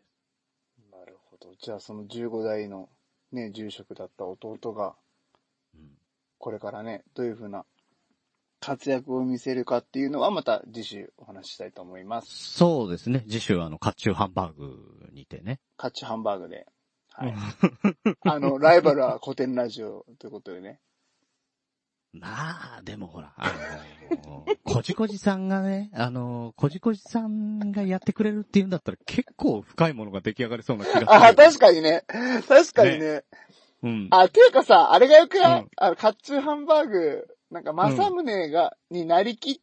なるほど。じゃあその15代のね、住職だった弟が、これからね、どういう風な活躍を見せるかっていうのはまた次週お話ししたいと思います。 そうですね。次週甲冑ハンバーグにてね。 甲冑ハンバーグで。はい。ライバルは古典ラジオということでね。 まあ、でもほら、こじこじさんがね、こじこじさんがやってくれるって言うんだったら結構深いものが出来上がりそうな気がする。 確かにね。ね。ていうかさ、あれがよくない？甲冑ハンバーグ、なんか政宗になりきって、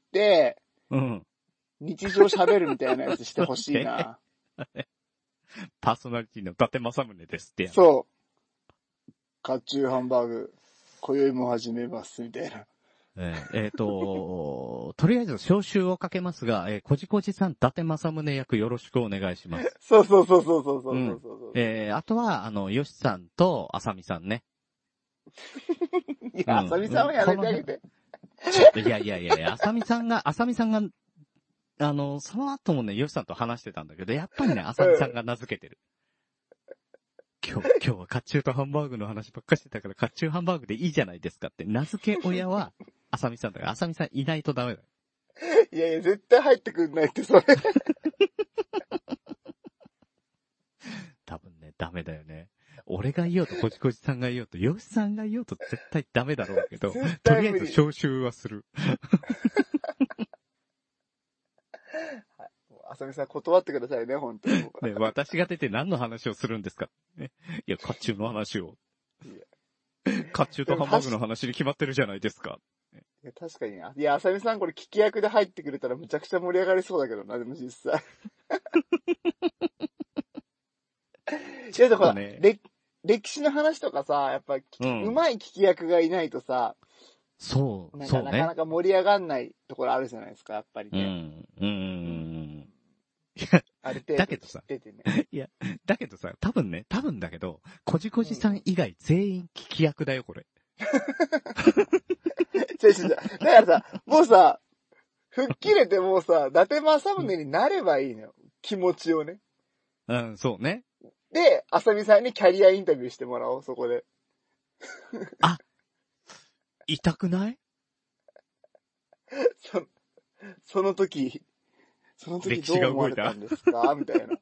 日常喋るみたいなやつしてほしいな。 パーソナリティの伊達政宗ですってやつ。 そう。甲冑ハンバーグ、今宵も始めます、みたいな。 とりあえず招集をかけますが、こじこじさん、伊達政宗役よろしくお願いします。 そうそうそうそうそうそうあとは、よしさんとあさみさんね。 いや、あさみさんはやめてあげて。 いや、あさみさんが、その後もね、よしさんと話してたんだけど、やっぱりね、あさみさんが名付けてる。今日は甲冑とハンバーグの話ばっかしてたから甲冑ハンバーグでいいじゃないですかって名付け親はあさみさんだから、あさみさんいないとダメだよ。 いやいや、絶対入ってくんないって、それ。 多分ね、ダメだよね。俺が言おうと、こじこじさんが言おうと、よしさんが言おうと絶対ダメだろうけど、とりあえず招集はする。 あさみさん断ってくださいね、本当に。 ね、私が出て何の話をするんですか、ね、いや、甲冑の話を。甲冑とハンバーグの話に決まってるじゃないですか。 いや、確かにね。いや、あさみさんこれ聞き役で入ってくれたらむちゃくちゃ盛り上がりそうだけどな、でも実際。いや、だから、ね、歴史の話とかさ、やっぱ、うまい聞き役がいないとさ、 そうね。 なかなか盛り上がんないところあるじゃないですか、やっぱりね。 ある程度だけどさ、いや、だけどさ、多分だけど、こじこじさん以外全員聞き役だよ、これ。 だからさ、もうさ、吹っ切れてもうさ、伊達政宗になればいいのよ。気持ちをね。 うん、そうね。 で、あさみさんにキャリアインタビューしてもらおう、そこで。 あ、痛くない？ その時どう思われたんですかみたいな。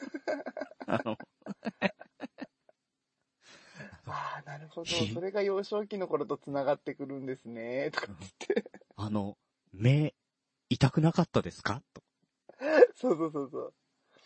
ああ、なるほど。それが幼少期の頃と繋がってくるんですね。とか言って。 目、痛くなかったですかと。 そう。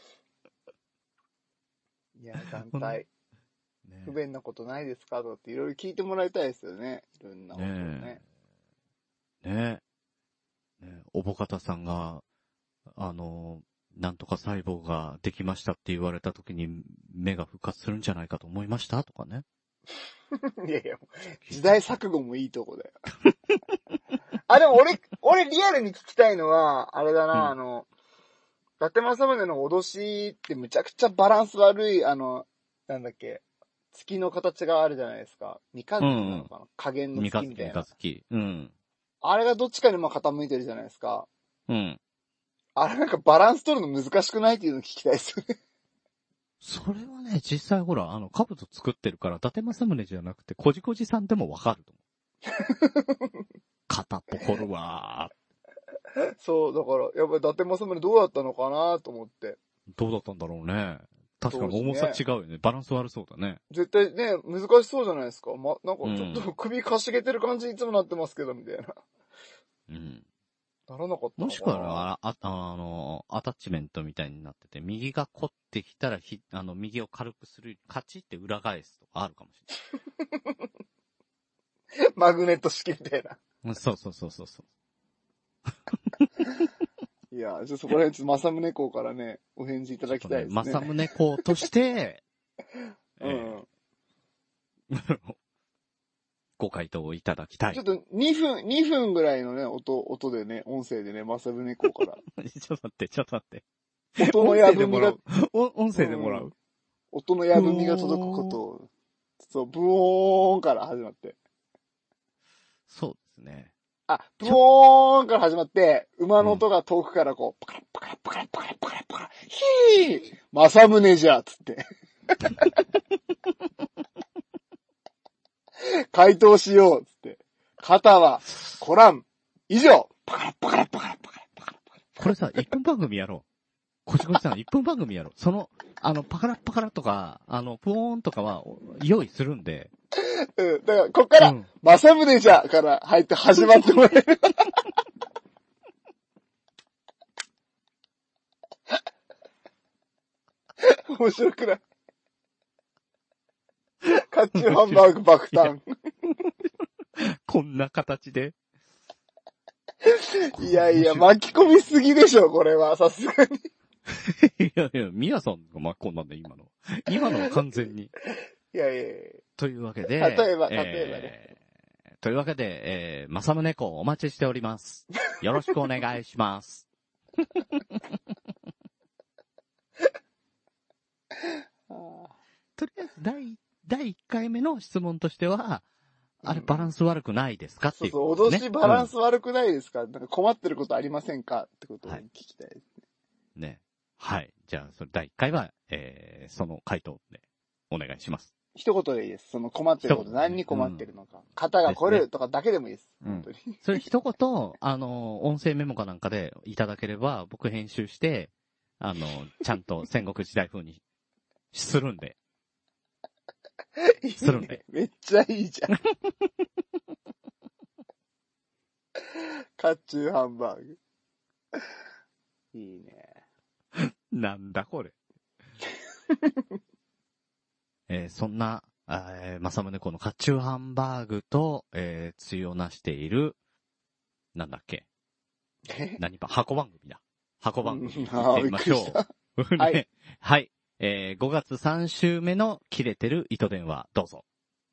いや、団体。不便なことないですかとかっていろいろ聞いてもらいたいですよね。いろんなことをね。 ねえ。おぼかたさんが、なんとか細胞ができましたって言われた時に目が復活するんじゃないかと思いましたとかね。 いや、時代錯誤もいいとこだよ。あ、でも俺リアルに聞きたいのは、あれだな、伊達政宗の脅しってむちゃくちゃバランス悪い、なんだっけ、月の形があるじゃないですか。三日月なのかな、加減の月みたいな。 三日月。うん。 あれがどっちかにも傾いてるじゃないですか。 うん。 あれなんかバランス取るの難しくないっていうのを聞きたいですよね。 それはね、実際ほら、兜作ってるから、伊達政宗じゃなくて、こじこじさんでもわかると思う。片っぽ掘るわー。 そう、だから、やっぱり伊達政宗どうだったのかなと思って。 どうだったんだろうね。確かに重さ違うよね。バランス悪そうだね。 絶対ね、難しそうじゃないですか。なんかちょっと首かしげてる感じいつもなってますけど、みたいな。 うん。 ならなかったのかな。 もしくは、アタッチメントみたいになってて、右が凝ってきたら右を軽くする、カチって裏返すとかあるかもしれない。マグネット式みたいな。 そう。 いや、じゃあそこら辺、政宗公からね、お返事いただきたいですね。 政宗公として、ご回答をいただきたい。 ちょっと2分ぐらいのね、音でね、音声でね、政宗公から。 ちょっと待って。 音のやぶみが、 音声でもらう。 音のやぶみが届くことを、そう、ブオーンから始まって。 そうですね。 あ、ブオーンから始まって、馬の音が遠くからこう、パカラパカラパカラパカラパカラパカラ、ヒー政宗じゃつって。回答しようつって。肩は、コラン、以上パカラパカラパカラパカラパカラパカラ。 これさ、1分番組やろう。こじこじさん、1分番組やろう。パカラパカラとか、プオーンとかは用意するんで。 うん。だから、こっから、政宗じゃから入って始まってもらえる。面白くない？甲冑ハンバーグ爆誕。 こんな形で。 いや、巻き込みすぎでしょ、これは、さすがに。 いや、ミヤさんが巻き込んだんだ、今の。今のは完全に。 いや。 というわけで。 例えばね。 というわけで、まさむねこお待ちしております。よろしくお願いします。とりあえず第1回目の質問としては、あれバランス悪くないですかっていう、ね。 そうそう、脅しバランス悪くないですか、なんか困ってることありませんかってことを聞きたいですね。ね。はい。じゃあ、それ第1回は、その回答でお願いします。 一言でいいです。その困ってること、何に困ってるのか。肩が凝るとかだけでもいいです。本当に。 それ一言、音声メモかなんかでいただければ、僕編集して、ちゃんと戦国時代風にするんで。するんで。 めっちゃいいじゃん。甲冑ハンバーグ。いいね。 なんだこれ。そんな、まさむねこの甲冑ハンバーグと、対をなしている、なんだっけ。箱番組だ。箱番組行ってみましょう。 はい。 はい。5月3週目の切れてる糸電話、どうぞ。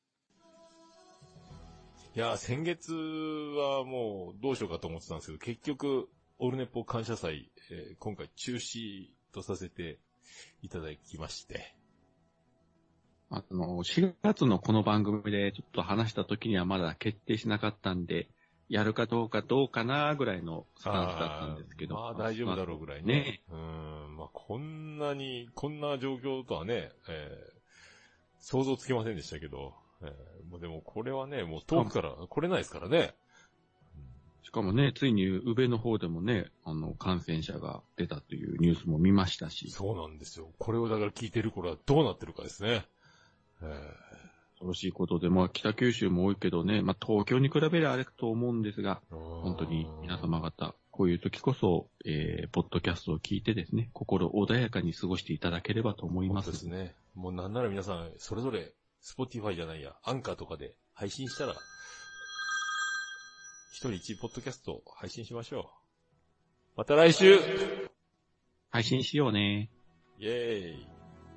いや、先月はもうどうしようかと思ってたんですけど、結局、オルネポ感謝祭、今回中止とさせていただきまして。 4月のこの番組でちょっと話した時にはまだ決定しなかったんで、やるかどうかなぐらいのスタンスだったんですけど。 まあ大丈夫だろうぐらいね。まあこんな状況とはね、想像つきませんでしたけど、もうでもこれはね、もう遠くから来れないですからね。 しかもね、ついに宇部の方でもね、感染者が出たというニュースも見ましたし。 そうなんですよ。これをだから聞いてる頃はどうなってるかですね。 恐ろしいことで、まあ北九州も多いけどね、まあ東京に比べればあれと思うんですが、本当に皆様方、こういう時こそ、ポッドキャストを聞いてですね、心穏やかに過ごしていただければと思います。 そうですね。もうなんなら皆さん、それぞれ、Spotify じゃないや、アンカーとかで配信したら、一人一ポッドキャスト配信しましょう。また来週配信しようね。 イェーイ。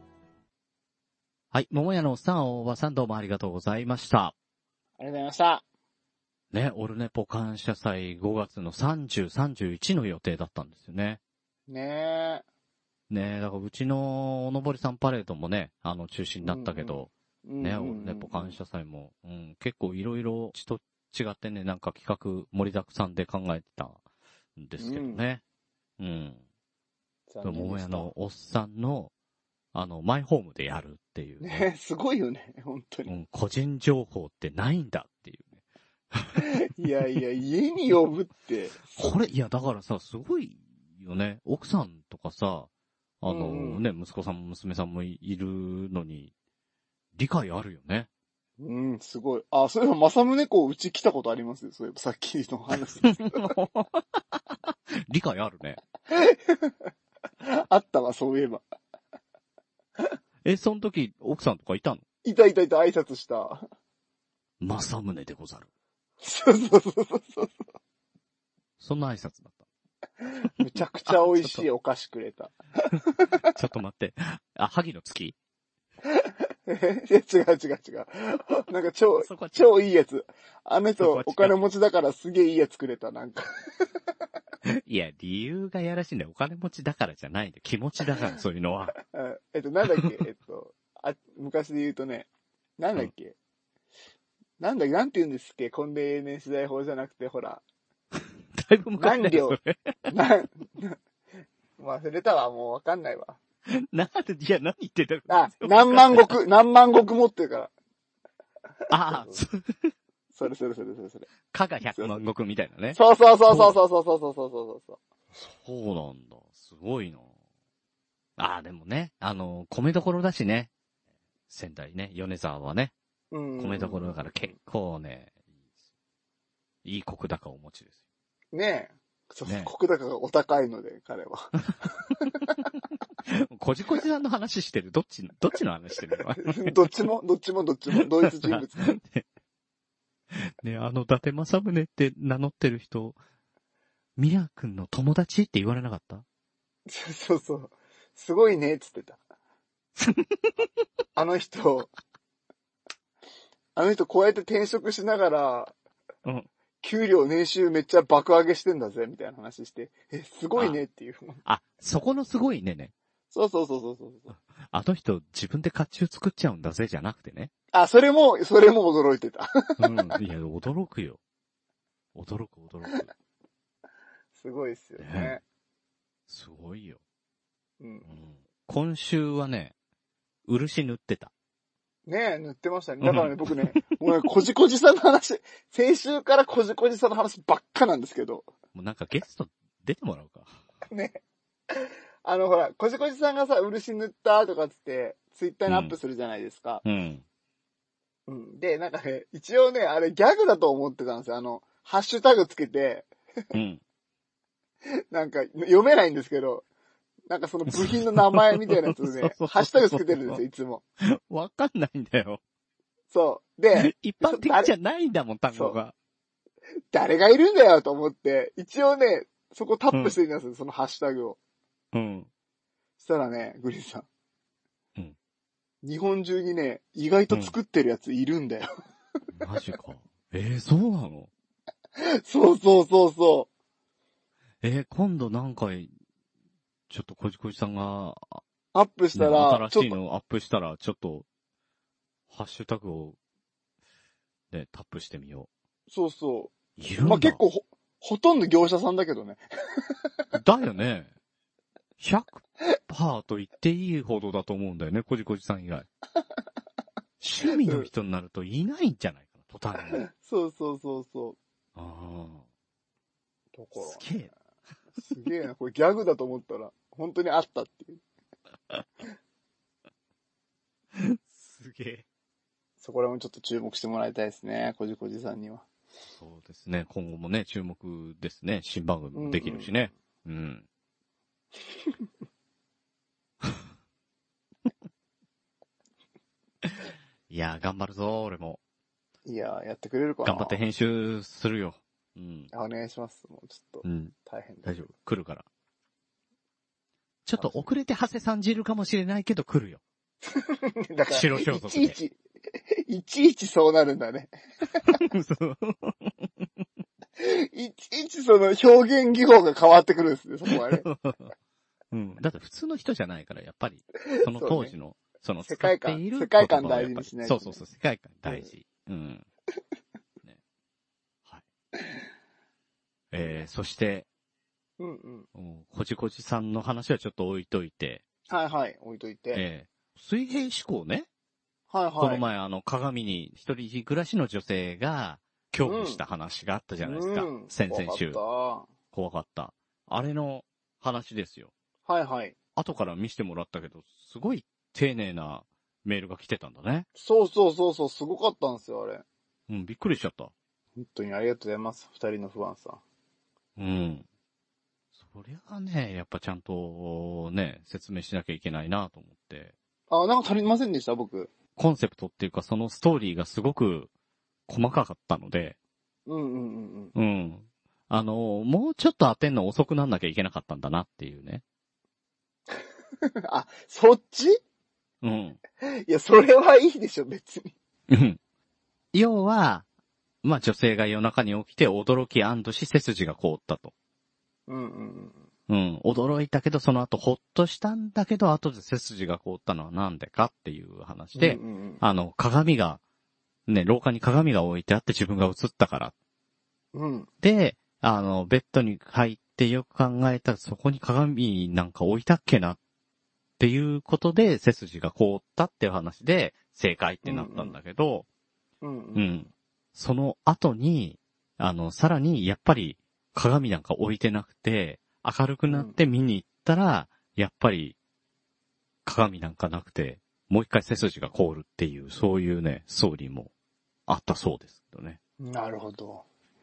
はい。桃屋のおっさん、おばさんどうもありがとうございました。 ありがとうございました。 ね、オルネポ感謝祭5月の30、31の予定だったんですよね。 ねえ。ねえ、だからうちのおのぼりさんパレードもね、中止になったけど、ね、オルネポ感謝祭も、結構いろいろちと違ってね、なんか企画盛りだくさんで考えてたんですけどね。桃屋のおっさんの、マイホームでやるっていうね。すごいよね、本当に。 個人情報ってないんだっていうね。いやいや、家に呼ぶって。 これ、いや、だからさ、すごいよね。奥さんとかさ、ね、息子さんも娘さんもいるのに、理解あるよね。 すごい。あ、そういえば、正宗公うち来たことありますよ。そういえば、さっきの話。 理解あるね。 あったわ、そういえば。 その時、奥さんとかいたの？ いた、挨拶した。 正宗でござる。 そう。 そんな挨拶だった。 めちゃくちゃ美味しいお菓子くれた。 ちょっと待って。萩の月？ 違う。なんか超いいやつ。あの人、お金持ちだからすげえいいやつくれた、なんか。 いや、理由がやらしいんだよ。お金持ちだからじゃないんだよ。気持ちだから、そういうのは。 なんだっけ昔で言うとね、なんだっけ、なんて言うんですっけ、婚礼年次第法じゃなくて、ほら。 だいぶ昔だよ、それ。 忘れたわ、もうわかんないわ。 なんで、いや、何言ってんだろ。 何万石持ってるから。 ああ、 それ。 加賀100万石みたいなね。 そう。そうなんだ。すごいな。でもね、米どころだしね。仙台ね、米沢はね。米どころだから結構ね、いい石高をお持ちですよ。ねえ。そう、ね、石高がお高いので、彼は。 こじこじさんの話してる。どっちの話してるの？ どっちも、同一人物。 ね、伊達政宗って名乗ってる人、ミラ君の友達って言われなかった？ そう。すごいね、っつってた。あの人、こうやって転職しながら、 うん。 給料年収めっちゃ爆上げしてんだぜ、みたいな話して、すごいねっていう。 あ、そこのすごいね。 そうそうそうそうそう。 あの人自分で甲冑作っちゃうんだぜじゃなくてね。 あ、それも驚いてた。 うん。いや、驚くよ。驚く。 すごいっすよね。 ねすごいよ。 うん。 今週はね、漆塗ってた。 ねえ、塗ってましたね。だからね、僕ね、もうね、こじこじさんの話、先週からこじこじさんの話ばっかなんですけど。 もうなんかゲスト出てもらうか。 ね。ほら、こじこじさんがさ、漆塗ったとかつって、ツイッターにアップするじゃないですか。 うん。 うん。で、なんかね、一応ね、あれギャグだと思ってたんですよ。ハッシュタグつけて、 うん。 なんか、読めないんですけど、なんかその部品の名前みたいなやつでね、ハッシュタグつけてるんですよ、いつも。 わかんないんだよ。 そう。で、 一般的じゃないんだもん、単語が。 誰がいるんだよと思って、一応ね、そこタップしてみますよ、そのハッシュタグを。 うん。 そしたらね、グリーンさん。 うん。 日本中にね、意外と作ってるやついるんだよ。 マジか。そうなの？ そうそう。 今度なんか、ちょっとこじこじさんが、 アップしたら、 新しいのをアップしたら、ちょっと、ハッシュタグを、ね、タップしてみよう。そうそう。 いるんだ。 まあ、結構ほとんど業者さんだけどね。 だよね。100% と言っていいほどだと思うんだよね、こじこじさん以外。趣味の人になるといないんじゃないかな、途端に。 そう。 ああ。 だから。 すげえ。 すげえな。これギャグだと思ったら、本当にあったっていう。 すげえ。 そこらもちょっと注目してもらいたいですね、こじこじさんには。 そうですね。今後もね、注目ですね。新番組もできるしね。いや、頑張るぞ、俺も。 いや、やってくれるかな。 頑張って編集するよ。 お願いします。もうちょっと。大変大丈夫。来るから。ちょっと遅れて長谷さんじるかもしれないけど来るよ。 だから、 白装束で。 いちいちそうなるんだね。いちいちその表現技法が変わってくるんですね、そこはね。 だって普通の人じゃないから、やっぱり、その当時の、その世界観大事にしないと、 そう、世界観大事。ね。はい。そして、こじこじさんの話はちょっと置いといて。 はい、置いといて。 水平思考ね。この前鏡に一人暮らしの女性が恐怖した話があったじゃないですか。先々週。怖かった。あれの話ですよ。 はい。 後から見せてもらったけど、すごい丁寧なメールが来てたんだね。 そう、すごかったんですよ、あれ。 びっくりしちゃった。 本当にありがとうございます、二人の不安さん。 そりゃあね、やっぱちゃんとね、説明しなきゃいけないなと思って。 なんか足りませんでした、僕。 コンセプトっていうかそのストーリーがすごく細かかったので。もうちょっと当てんの遅くなんなきゃいけなかったんだなっていうね。 そっち？いや、それはいいでしょ、別に。 要は、まあ女性が夜中に起きて驚き安堵し背筋が凍ったと。驚いたけどその後ほっとしたんだけど後で背筋が凍ったのはなんでかっていう話で、鏡が、ね、廊下に鏡が置いてあって自分が映ったから。で、ベッドに入ってよく考えたらそこに鏡なんか置いたっけなっていうことで背筋が凍ったっていう話で正解ってなったんだけど、その後に、さらにやっぱり鏡なんか置いてなくて、明るくなって見に行ったら、やっぱり鏡なんかなくて、もう一回背筋が凍るっていう、そういうね、ストーリーもあったそうですけどね。 なるほど。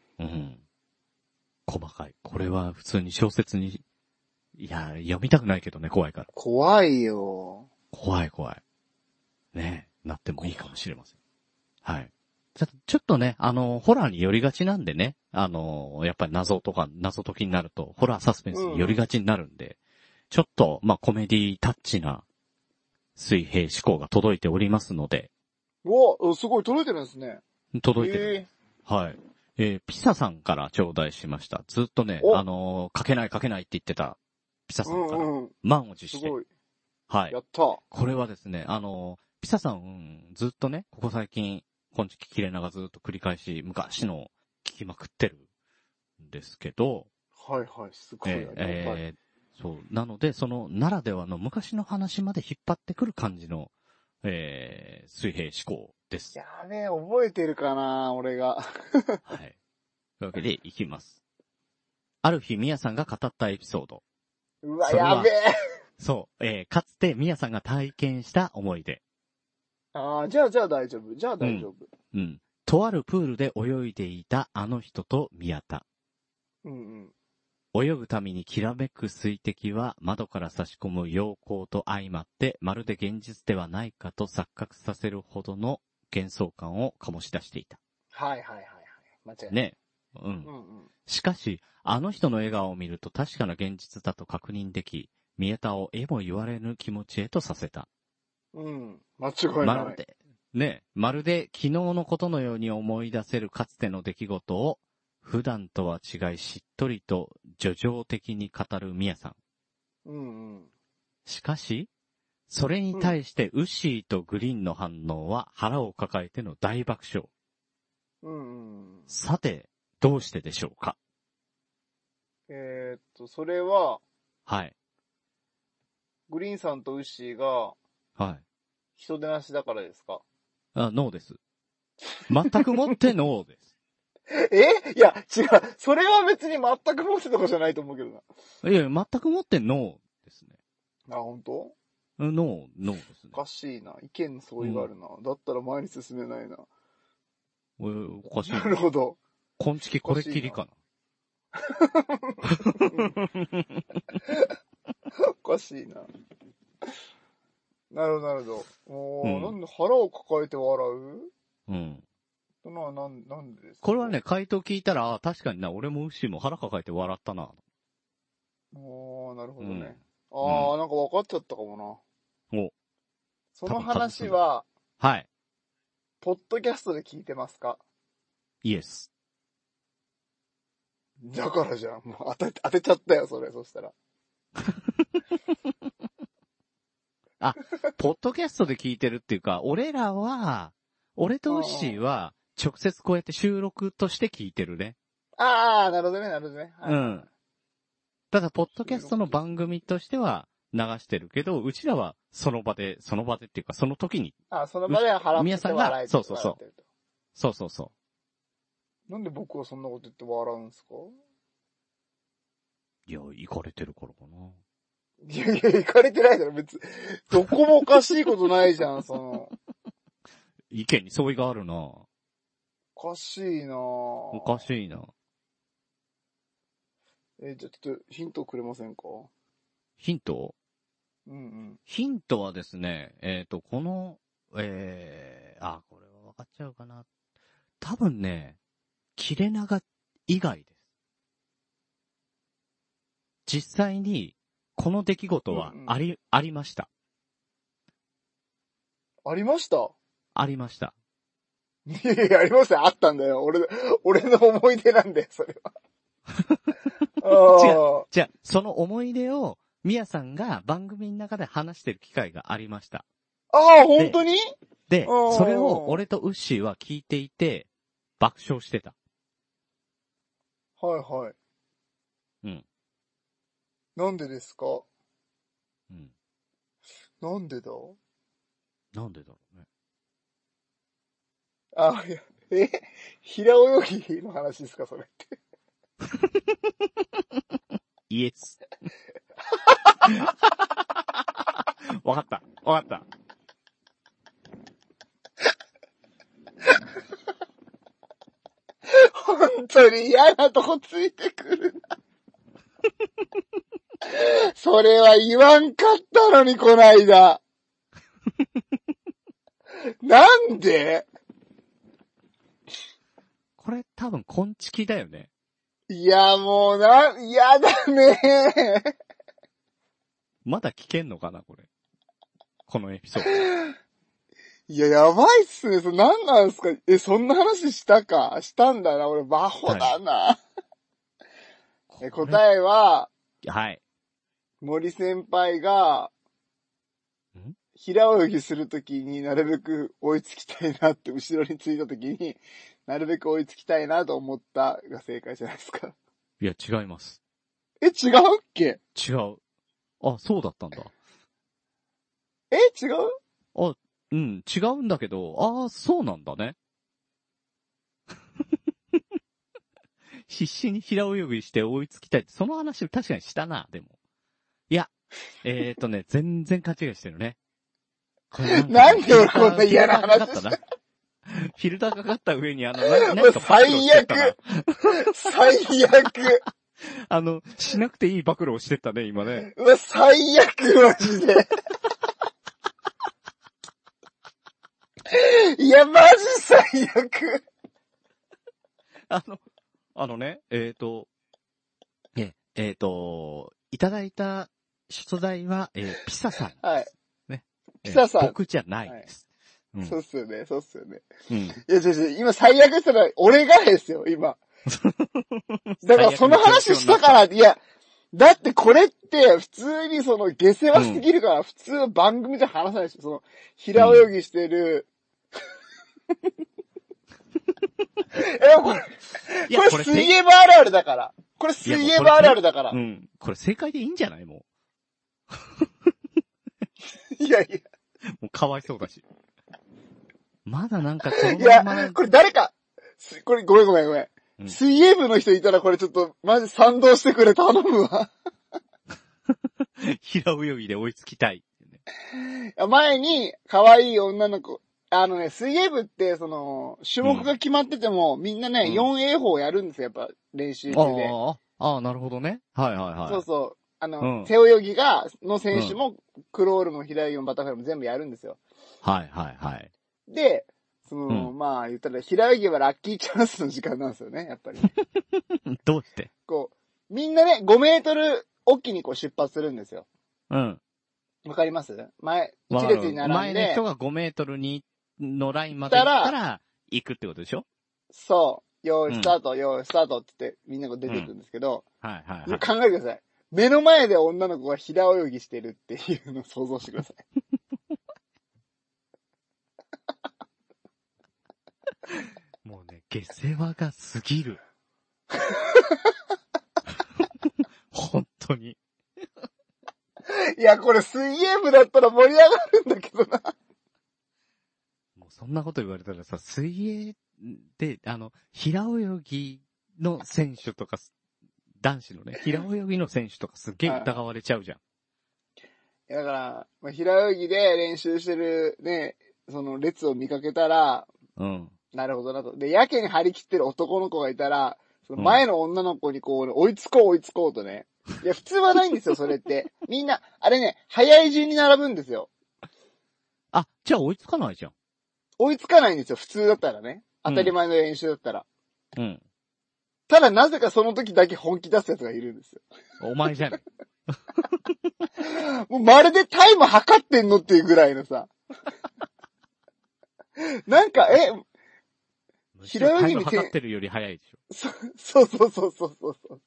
細かい。これは普通に小説に、いや、読みたくないけどね、怖いから。 怖いよ。 怖い。ねなってもいいかもしれません。はい。ちょっとね、ホラーに寄りがちなんでね、やっぱり謎解きになると、ホラーサスペンスに寄りがちになるんで、ちょっと、まあ、コメディタッチな水平思考が届いておりますので。 すごい届いてるんですね。 届いてる。はい。 ピサさんから頂戴しました。ずっとね、書けないって言ってたピサさんから、満を持して。 すごい。 はい。 やった。 これはですね、ピサさん、ずっとね、ここ最近、今期切れ長ずっと繰り返し、昔の聞きまくってるんですけど、 はいはい、すごい。 そう。なので、その、ならではの昔の話まで引っ張ってくる感じの、水平思考です。 やべえ、覚えてるかな俺が。 はい。というわけで、いきます。ある日、ミヤさんが語ったエピソード。 うわ、やべえ。 そう。かつてミヤさんが体験した思い出。 ああ、じゃあ大丈夫。 うん。とあるプールで泳いでいたあの人と宮田。泳ぐためにきらめく水滴は窓から差し込む陽光と相まってまるで現実ではないかと錯覚させるほどの幻想感を醸し出していた。 はい。間違いない。 ね。しかし、あの人の笑顔を見ると確かな現実だと確認でき、宮田をえも言われぬ気持ちへとさせた。 間違いない。 まるで昨日のことのように思い出せるかつての出来事を普段とは違いしっとりと叙情的に語るミヤさん。しかし、それに対してウッシーとグリーンの反応は腹を抱えての大爆笑。さて、どうしてでしょうか？ それは、 はい。 グリーンさんとウッシーが、 はい。 人出なしだからですか？ ノーです。全くもってノーです。 いや、違う。それは別に全くもってとかじゃないと思うけどな。いや、全くもってノーですね。 あ、本当？ ノーですね。 おかしいな。意見の相違があるな。だったら前に進めないな。 おかしいな。 なるほど。 今月これっきりかな。 おかしいな。なるほど。なんで腹を抱えて笑う？なんでですか？ これはね、回答聞いたら、確かにな、俺もウッシーも腹抱えて笑ったな。 なるほどね。なんか分かっちゃったかもな。その話は、 はい。 ポッドキャストで聞いてますか？ イエス。 だからじゃん。もう当てちゃったよ、そしたら。 ポッドキャストで聞いてるっていうか、俺とウッシーは、直接こうやって収録として聞いてるね。 なるほどね。 はい。ただ、ポッドキャストの番組としては流してるけど、うちらはその場でっていうか、その時に。 その場では払って皆さんが、そう。そう。 なんで僕はそんなこと言って笑うんすか？ いや、行かれてるからかな。 いや、行かれてないだろ、別に。どこもおかしいことないじゃん、 意見に相違があるな。 おかしいな。じゃあちょっとヒントくれませんか？ ヒント？ヒントはですね、この、これは分かっちゃうかな。多分ね、切れ長以外です。実際に、この出来事はありました。 ありました？ ありました。 いや、ありました。あったんだよ。俺の思い出なんだよ、それは。違う。その思い出を、ミヤさんが番組の中で話してる機会がありました。 本当に？ で、それを俺とウッシーは聞いていて、爆笑してた。 はい。なんでですか？なんでだ？ なんでだろうね。 いや、平泳ぎの話ですか、それって。 イエス。わかった。 本当に嫌なとこついてくるな。それは言わんかったのに、こないだ。なんで？ これ多分、こんちきだよね。 いや、もう嫌だね。 まだ聞けんのかな、これ。このエピソード。 いや、やばいっすね。それ何なんすか？そんな話したんだな。俺、バホだな。答えは、 はい。 森先輩が、平泳ぎするときになるべく追いつきたいなって、後ろについたときに、なるべく追いつきたいなと思ったが正解じゃないですか。 いや、違います。 違うっけ？ 違う。あ、そうだったんだ。 違う？ あ、うん、違うんだけど、そうなんだね。必死に平泳ぎして追いつきたいって、その話確かにしたな、でも。いや、全然勘違いしてるね。 なんで俺こんな嫌な話した？ フィルターかかった上になんか最悪最悪しなくていい暴露をしてったね、今ね。 うわ、最悪マジで。いや、マジ最悪。 いただいた出題は、ピサさんです。 はい。 ね。 ピサさん。 僕じゃないです。 はい、そうっすよね、そうっすよね。 うん。 いや、今最悪したら俺がですよ、今。だからその話したから、いや、だってこれって普通にその下世話すぎるから、普通番組で話さないでしょ。その、平泳ぎしてる、これ水泳部あるあるだから。これ水泳部あるあるだから。 うん。これ正解でいいんじゃないもう。いやいや。 もうかわいそうだし。まだなんかそのまま。いや、これ誰か、これごめん。うん、水泳部の人いたらこれちょっとマジ賛同してくれ頼むわ。 平泳ぎで追いつきたい。 前に可愛い女の子、水泳部って、その、種目が決まってても、みんなね、4A 法やるんですよ、やっぱ、練習中で。 なるほどね。はい。 そうそう。背泳ぎの選手も、クロールも平泳ぎもバタフライも全部やるんですよ。 はい。 で、まあ、言ったら、平泳ぎはラッキーチャンスの時間なんですよね、やっぱり。 どうして？ みんなね、5メートルおきに出発するんですよ。 うん。 わかります？一列に並んで。 前の人が5メートルのラインまで行ったら、行くってことでしょ？ そう。よーい、スタート、よーい、スタートって言って、みんなが出てくるんですけど、 はい。 考えてください。目の前で女の子が平泳ぎしてるっていうのを想像してください。 もうね、下世話が過ぎる。本当に。 いや、これ水泳部だったら盛り上がるんだけどな。 もうそんなこと言われたらさ、水泳で、平泳ぎの選手とか、男子のね、平泳ぎの選手とかすっげえ疑われちゃうじゃん。 だから、平泳ぎで練習してるね、その列を見かけたら、なるほどなと。で、やけに張り切ってる男の子がいたら、その前の女の子に追いつこうとね。いや、普通はないんですよ、それって。みんな、あれね、早い順に並ぶんですよ。 じゃあ追いつかないじゃん。 追いつかないんですよ、普通だったらね。当たり前の練習だったら。 うん。 ただなぜかその時だけ本気出すやつがいるんですよ。 お前じゃねもうまるでタイム測ってんのっていうぐらいのさ。なんか、 平泳ぎに測ってるより早いでしょ。そう。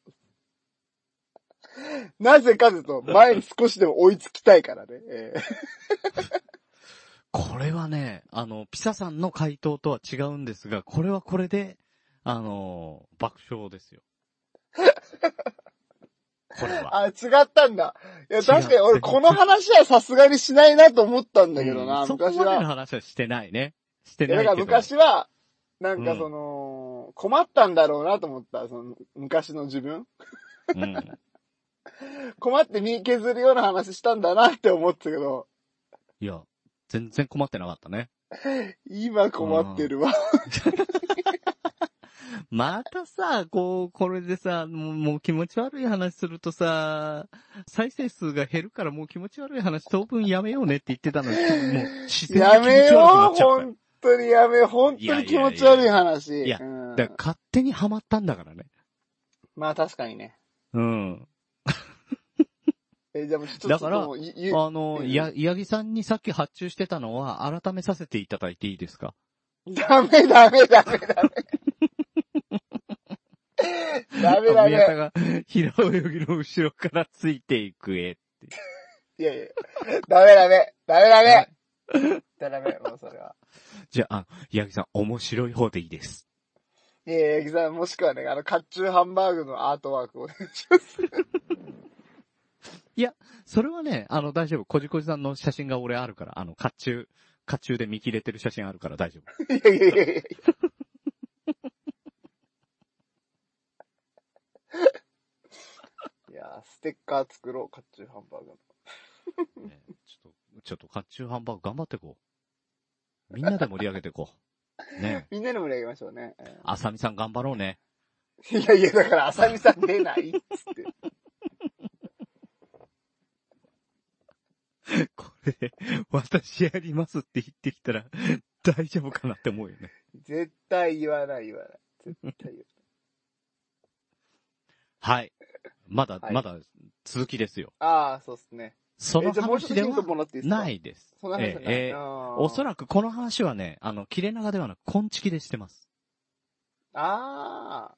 なぜかというと、前に少しでも追いつきたいからね。 これはね、ピサさんの回答とは違うんですが、これはこれで、爆笑ですよ。これは。 違ったんだ。いや、確かに俺この話はさすがにしないなと思ったんだけどな、昔は。 そこまでの話はしてないね。してないけど。 だから昔は、なんか困ったんだろうなと思った、昔の自分。困って身削るような話したんだなって思ったけど。 いや、全然困ってなかったね。 今困ってるわ。 またさ、これでさ、もう気持ち悪い話するとさ、再生数が減るからもう気持ち悪い話当分やめようねって言ってたのに、もう自然に気持ち悪くなっちゃった。 やめよう、本当にやめよう、本当に気持ち悪い話。 いや、だから勝手にハマったんだからね。 まあ確かにね。 うん。 じゃあもうちょっとだからもう八木さんにさっき発注してたのは改めさせていただいていいですか？ ダメ。ダメ。ダメ。 宮田が平泳ぎの後ろからついていく絵って。 いや。ダメ。もうそれは。 じゃあ、八木さん、面白い方でいいです。 八木さん、もしくはね、甲冑ハンバーグのアートワークをお願いします。 いや、それはね、大丈夫。こじこじさんの写真が俺あるから、甲冑で見切れてる写真あるから大丈夫。 いや。いや、ステッカー作ろう、甲冑ハンバーグの。 ね、ちょっと甲冑ハンバーグ頑張っていこう。みんなで盛り上げていこう。ね。 みんなで盛り上げましょうね。 あさみさん頑張ろうね。 いや、だからあさみさん出ないっつって。 これ、私やりますって言ってきたら、大丈夫かなって思うよね。 絶対言わない。絶対言わない。 はい。まだ続きですよ。 ああ、そうっすね。 その話ではないです。 その話はない。 おそらくこの話はね、切れ長ではなく、こんちきでしてます。 ああ。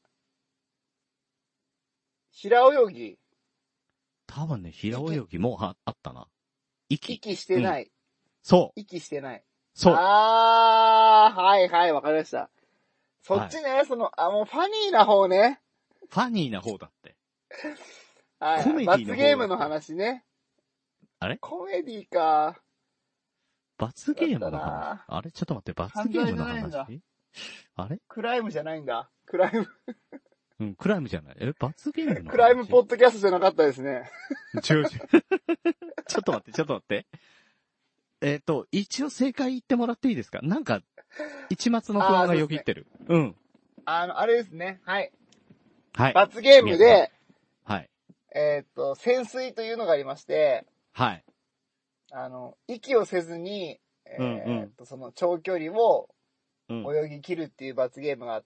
平泳ぎ。 多分ね、平泳ぎもあったな。 息してない。 そう。 息してない。 そう。 ああ、はい、わかりました。そっちね、もうファニーな方ね。 ファニーな方だって。 はい。 コメディの方罰ゲームの話ね。 あれコメディか。 罰ゲームの話。あれちょっと待って、罰ゲームの話あれクライムじゃないんだ。クライム。 うん、クライムじゃない。罰ゲームの話。 クライムポッドキャストじゃなかったですね。 違う。ちょっと待って。一応正解言ってもらっていいですか？なんか、一末の不安がよぎってる。うん。 あれですね。はい。 はい。 罰ゲームで、 はい。 潜水というのがありまして、 はい。 息をせずに、その長距離を泳ぎ切るっていう罰ゲームがあって、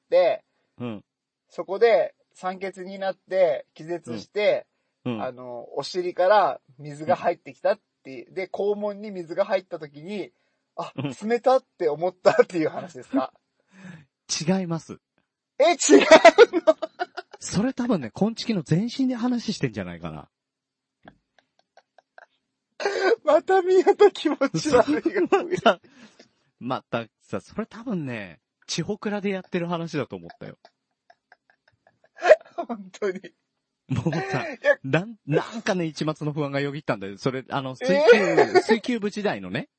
うん。 そこで酸欠になって気絶して、お尻から水が入ってきたって、で、肛門に水が入った時に、あ、冷たって思ったっていう話ですか？ 違います。 違うの？ それ多分ね、こんちきの全身で話してんじゃないかな。 また宮田気持ち悪いがまたさ、それ多分ね、地方倉でやってる話だと思ったよ。 本当に。 もうさ、なんかね、一末の不安がよぎったんだよ。それ、水球部時代のね。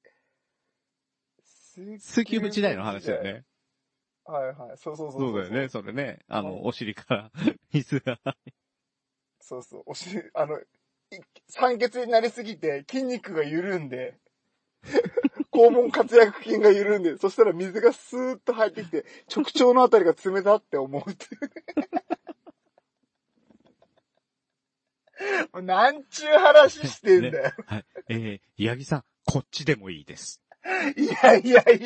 水球部時代の話だよね。 はい。そうだよね、それね。お尻から水が。 そう、お尻、酸欠になりすぎて筋肉が緩んで、肛門括約筋が緩んで、そしたら水がスーッと入ってきて、直腸のあたりが冷たって思うっていうね。なんちゅう話してんだよ。 ね、はい。八木さん、こっちでもいいです。 いや。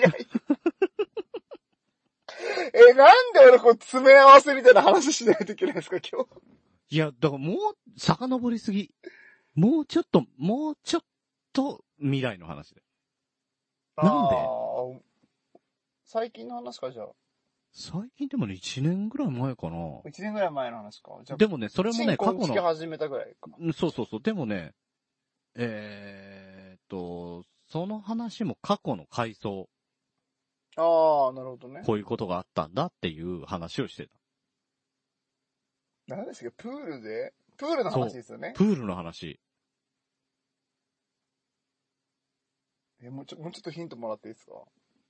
なんで俺詰め合わせみたいな話しないといけないんですか、今日。 いや、だからもう、遡りすぎ。もうちょっと未来の話で。なんで？ 最近の話か、じゃあ。 最近でもね、1年ぐらい前かな。 1年ぐらい前の話か。 じゃあでもね、それもね、過去の。 始めたぐらいか。 そう。でもね、その話も過去の回想。 ああ、なるほどね。 こういうことがあったんだっていう話をしてた。何でしたっけ？プールの話ですよね。 プールの話。 もうちょっとヒントもらっていいですか？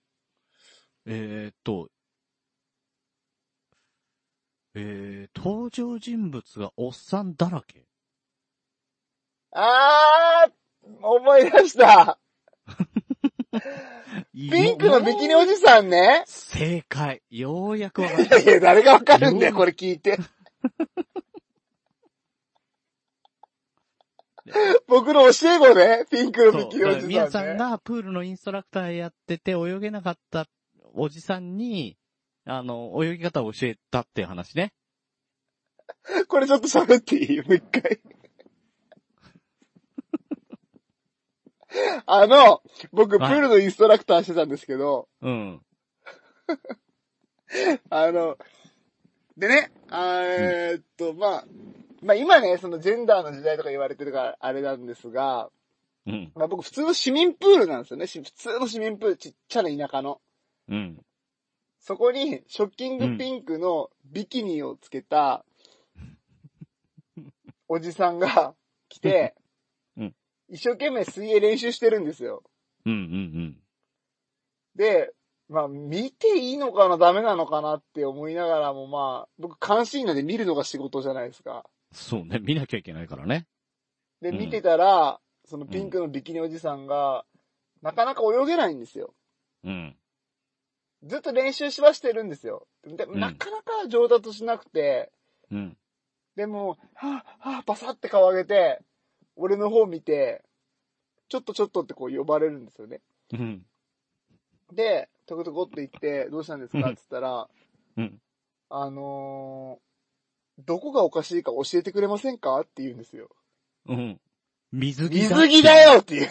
登場人物がおっさんだらけ。 思い出したピンクのビキニおじさんね。 正解。ようやくわかった。 いや、誰がわかるんだよ、これ聞いて。僕の教え子ね、ピンクのビキニおじさんね。 皆さんがプールのインストラクターやってて泳げなかったおじさんに、泳ぎ方を教えたっていう話ね。 これちょっと喋っていい？もう一回。 僕、プールのインストラクターしてたんですけど、 うん。 でね、まあ今ね、そのジェンダーの時代とか言われてるからあれなんですが、 うん。 まあ僕普通の市民プールなんですよね。普通の市民プール、ちっちゃな田舎の。 うん。 そこに、ショッキングピンクのビキニをつけた、おじさんが来て、 うん。 一生懸命水泳練習してるんですよ。 うんうんうん。 で、まあ、見ていいのかな、ダメなのかなって思いながらも、まあ、僕監視員なんで見るのが仕事じゃないですか。 そうね、見なきゃいけないからね。 で、 うん見てたら、そのピンクのビキニおじさんが、なかなか泳げないんですよ。 うん。 ずっと練習しはしてるんですよ。で、なかなか上達しなくて、 うん。 でも、バサって顔上げて、俺の方見て、ちょっとってこう呼ばれるんですよね。 うん。 で、トコトコって言って、どうしたんですかって言ったら、 うん。 どこがおかしいか教えてくれませんかって言うんですよ。 うん。水着だよっていう。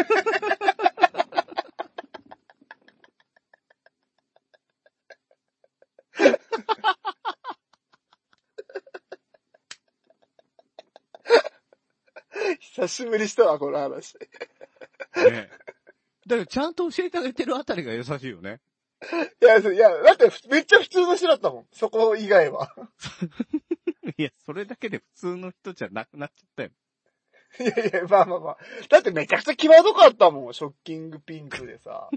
久しぶりしたわ、この話。 ね。だからちゃんと教えてあげてるあたりが優しいよね。 いや、だってめっちゃ普通の人だったもん。そこ以外は。 いや、それだけで普通の人じゃなくなっちゃったよ。 いや、まあ。だってめちゃくちゃ際どかったもん、ショッキングピンクでさ。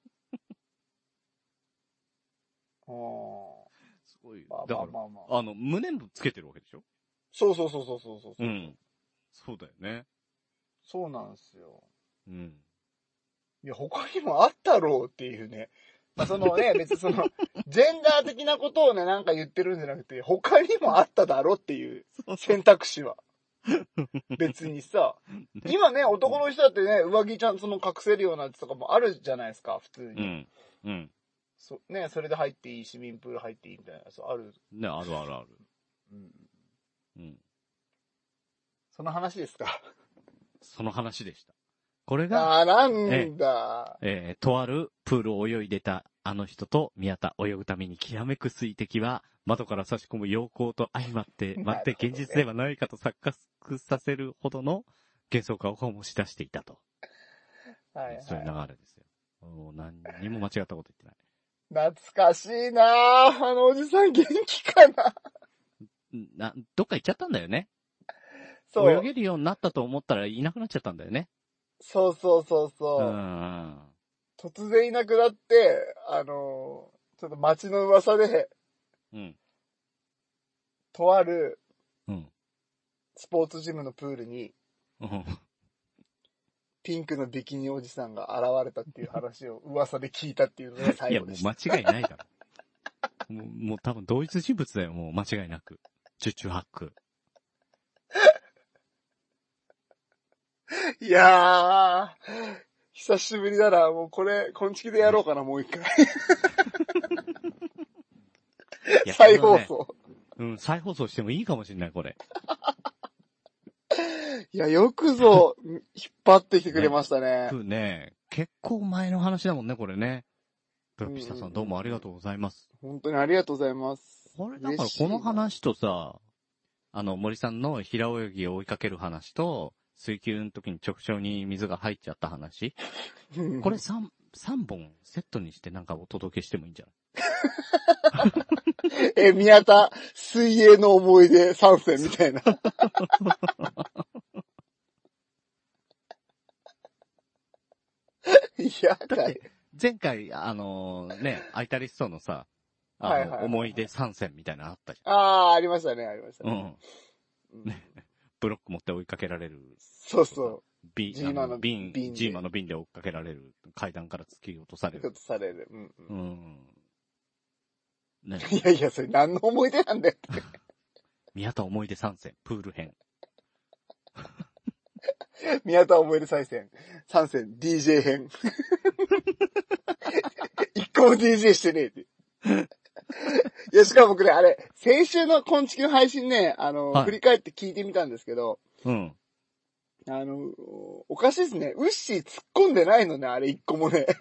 すごい。 まあ。 胸もつけてるわけでしょ？ そう。 うん。そうだよね。 そうなんですよ。 うん。 いや、他にもあったろうっていうね。まあ、そのね、別にその、ジェンダー的なことをね、なんか言ってるんじゃなくて、他にもあっただろうっていう選択肢は。別にさ、今ね、男の人だってね、上着ちゃんその隠せるようなやつとかもあるじゃないですか、普通に。 うん。うん。 ね、それで入っていい、市民プール入っていいみたいなやつある。 ね、ある。 うん。 うん。 その話ですか。 その話でした。これが、 なんだ。 とあるプールを泳いでたあの人と宮田泳ぐためにきらめく水滴は、窓から差し込む陽光と相まって、まるで現実ではないかと錯覚させるほどの幻想感を醸し出していたと。 はい。 そういう流れですよ。もう何にも間違ったこと言ってない。 懐かしいなぁ。あのおじさん元気かな。 どっか行っちゃったんだよね。 そう。 泳げるようになったと思ったらいなくなっちゃったんだよね。 そう。突然いなくなって、ちょっと街の噂で、とある、スポーツジムのプールに、ピンクのビキニおじさんが現れたっていう話を噂で聞いたっていうのが最後でした。 いや、もう間違いないだろ。もう多分同一人物だよ、もう間違いなく。チュチュハック。 いやー、久しぶりだな。もうこれ、こんちきでやろうかな、もう一回。再放送、 ね。再放送してもいいかもしれない、これ。 いや、よくぞ、引っ張ってきてくれましたね。 ね、結構前の話だもんね、これね。プロピスタさんどうもありがとうございます。 本当にありがとうございます。 これだからこの話とさ、森さんの平泳ぎを追いかける話と、水球の時に直腸に水が入っちゃった話。これ3本セットにしてなんかお届けしてもいいんじゃない宮田、水泳の思い出参戦みたいな。いや、 前回、アイタリストのさ、思い出参戦みたいなのあったじゃん。ありましたね。 ブロック持って追いかけられる。 そうそう。 ジーマの瓶で追っかけられる。階段から突き落とされる。 ね、いや、それ何の思い出なんだよって。 宮田思い出参戦、プール編。 宮田思い出参戦、DJ 編。一個も DJ してねえって。いや、しかも僕ね、あれ、先週の今月の配信ね、振り返って聞いてみたんですけど、 おかしいですね。ウッシー突っ込んでないのね、あれ一個もね。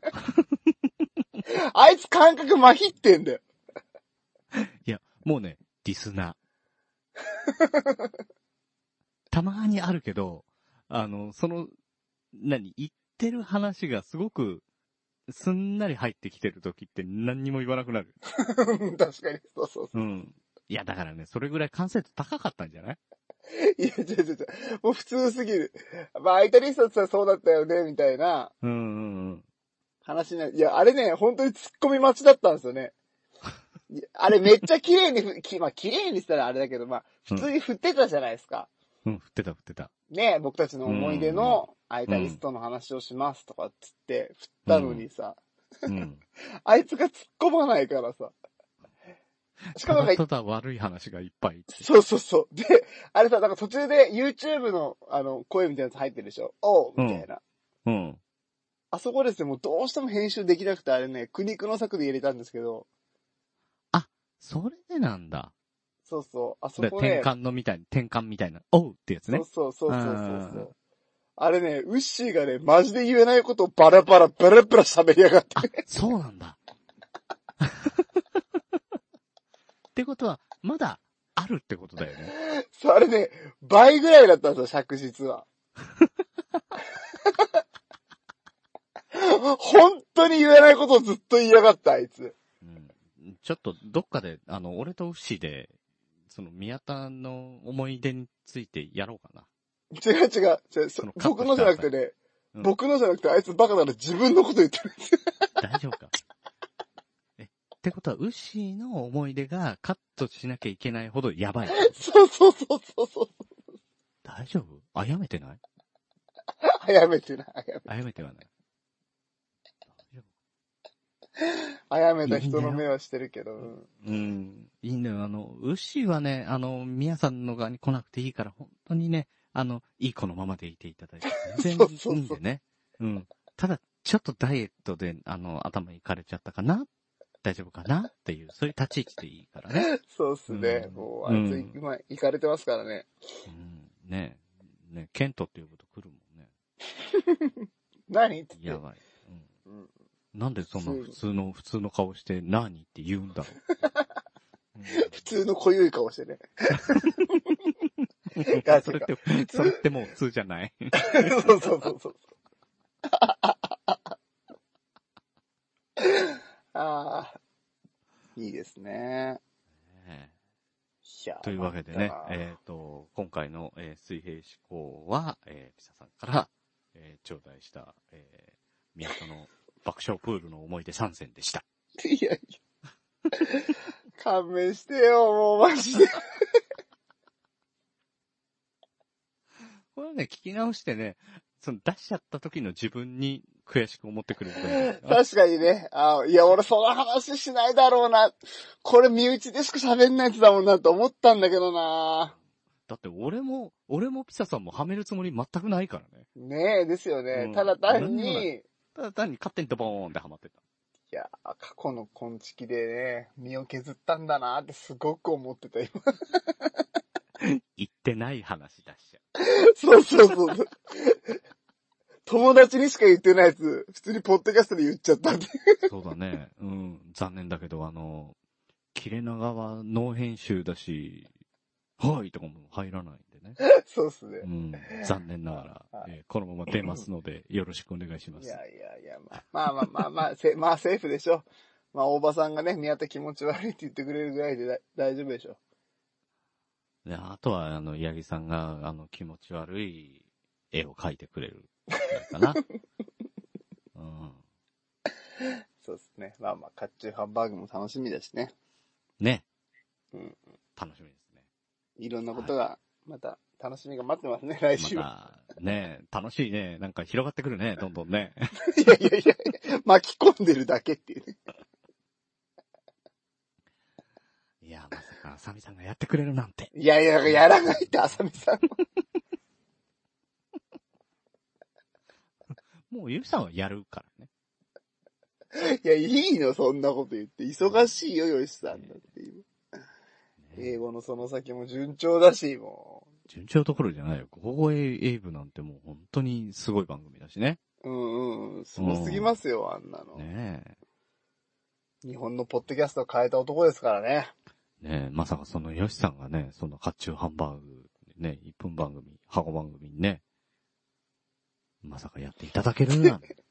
あいつ感覚まひってんだよ。 いや、もうね、リスナー。たまにあるけど、言ってる話がすごく、すんなり入ってきてる時って何にも言わなくなる。 確かに、そうそうそう。 うん。いや、だからね、それぐらい完成度高かったんじゃない？ いや、違う。もう普通すぎる。まあ、アイタリストってさ、そうだったよね、みたいな話になる。いや、あれね、本当に突っ込み待ちだったんですよね。あれめっちゃ綺麗にまあ、綺麗にしたらあれだけど、まあ、普通に振ってたじゃないですか。 うん、振ってた。 ね、僕たちの思い出のアイタリストの話をしますとかっつって振ったのにさ、あいつが突っ込まないからさ。しかもただ悪い話がいっぱい。 そう。で、あれさ、なんか途中で YouTube の声みたいなやつ入ってるでしょ。おうみたいな。あそこですね、もうどうしても編集できなくてあれね、苦肉の策で入れたんですけど。 あ、それでなんだ。 そう。あそこね。 転換みたいな。おうってやつね。 そう。あれね、ウッシーがね、マジで言えないことをバラバラ喋りやがって、ね。 そうなんだ。ってことは、まだあるってことだよね。 そう、あれね、倍ぐらいだったんですよ、尺実は。本当に言えないことをずっと言いやがった、あいつ。 ちょっと、どっかで、俺とウッシーで、宮田の思い出についてやろうかな。 違う。僕のじゃなくてね、あいつバカなら自分のこと言ってるんですよ。 大丈夫か。ってことは、ウッシーの思い出がカットしなきゃいけないほどやばい。 そう。 大丈夫？あやめてない？ あやめてない。 あやめてはない。 あやめた人の目はしてるけど。 いいんだよ。ウッシーはね、宮さんの側に来なくていいから、本当にね、いい子のままでいていただいて、全然いいんでね。ただ、ちょっとダイエットで、頭いかれちゃったかな？大丈夫かなっていう、そういう立ち位置でいいからね。 そうっすね。もう、あいつ、今、行かれてますからね。 ねケントって呼ぶと来るもんね。 何って。 やばい。なんでそんな普通の顔して何って言うんだろう。 普通の濃ゆい顔してね。 それってもう普通じゃない。 そう。ああ、いいですね。 というわけでね、今回の、水平思考は、ピサさんから、頂戴した、宮田の爆笑プールの思い出3選でした。 いや。勘弁してよ、もうマジで。 これね、聞き直してね、出しちゃった時の自分に悔しく思ってくれるから。 確かにね。いや、俺その話しないだろうな。これ身内でしか喋んないやつだもんなと思ったんだけどな。 だって俺もピサさんもはめるつもり全くないからね。 ねえ、ですよね。ただ単に勝手にドボーンってハマってた。 いや、過去の昆虫でね、身を削ったんだなってすごく思ってた、今。 言ってない話出しちゃう。そう。友達にしか言ってないやつ、普通にポッドキャストで言っちゃったんで。 そうだね。残念だけど、切れ長はノー編集だし、はいとかも入らないんでね。 そうっすね。 残念ながら、このまま出ますので、よろしくお願いします。 いや、まあ、セーフでしょ。まあ、大場さんがね、宮田気持ち悪いって言ってくれるぐらいで大丈夫でしょ。 で、あとは、八木さんが、気持ち悪い絵を描いてくれるくらいかな。 そうですね。まあ、甲冑ハンバーグも楽しみだしね。 ね。楽しみですね。 いろんなことが、また、楽しみが待ってますね、来週は。 また、ね、楽しいね。なんか広がってくるね、どんどんね。 いや、巻き込んでるだけっていうね。 いや、まさか、あさみさんがやってくれるなんて。 いや、やらないって、あさみさん。 もうゆうさんはやるからね。 いや、いいの、そんなこと言って。忙しいよ、よしさんだっていう。英語のその先も順調だし、もう。 順調どころじゃないよ。ゴーゴーエイブなんてもう本当にすごい番組だしね。 すごすぎますよ、あんなの。 ねえ。 日本のポッドキャストを変えた男ですからね。 ねえ、まさかそのヨシさんがね、その甲冑ハンバーグ、ね、1分番組、箱番組にね、まさかやっていただけるなんて。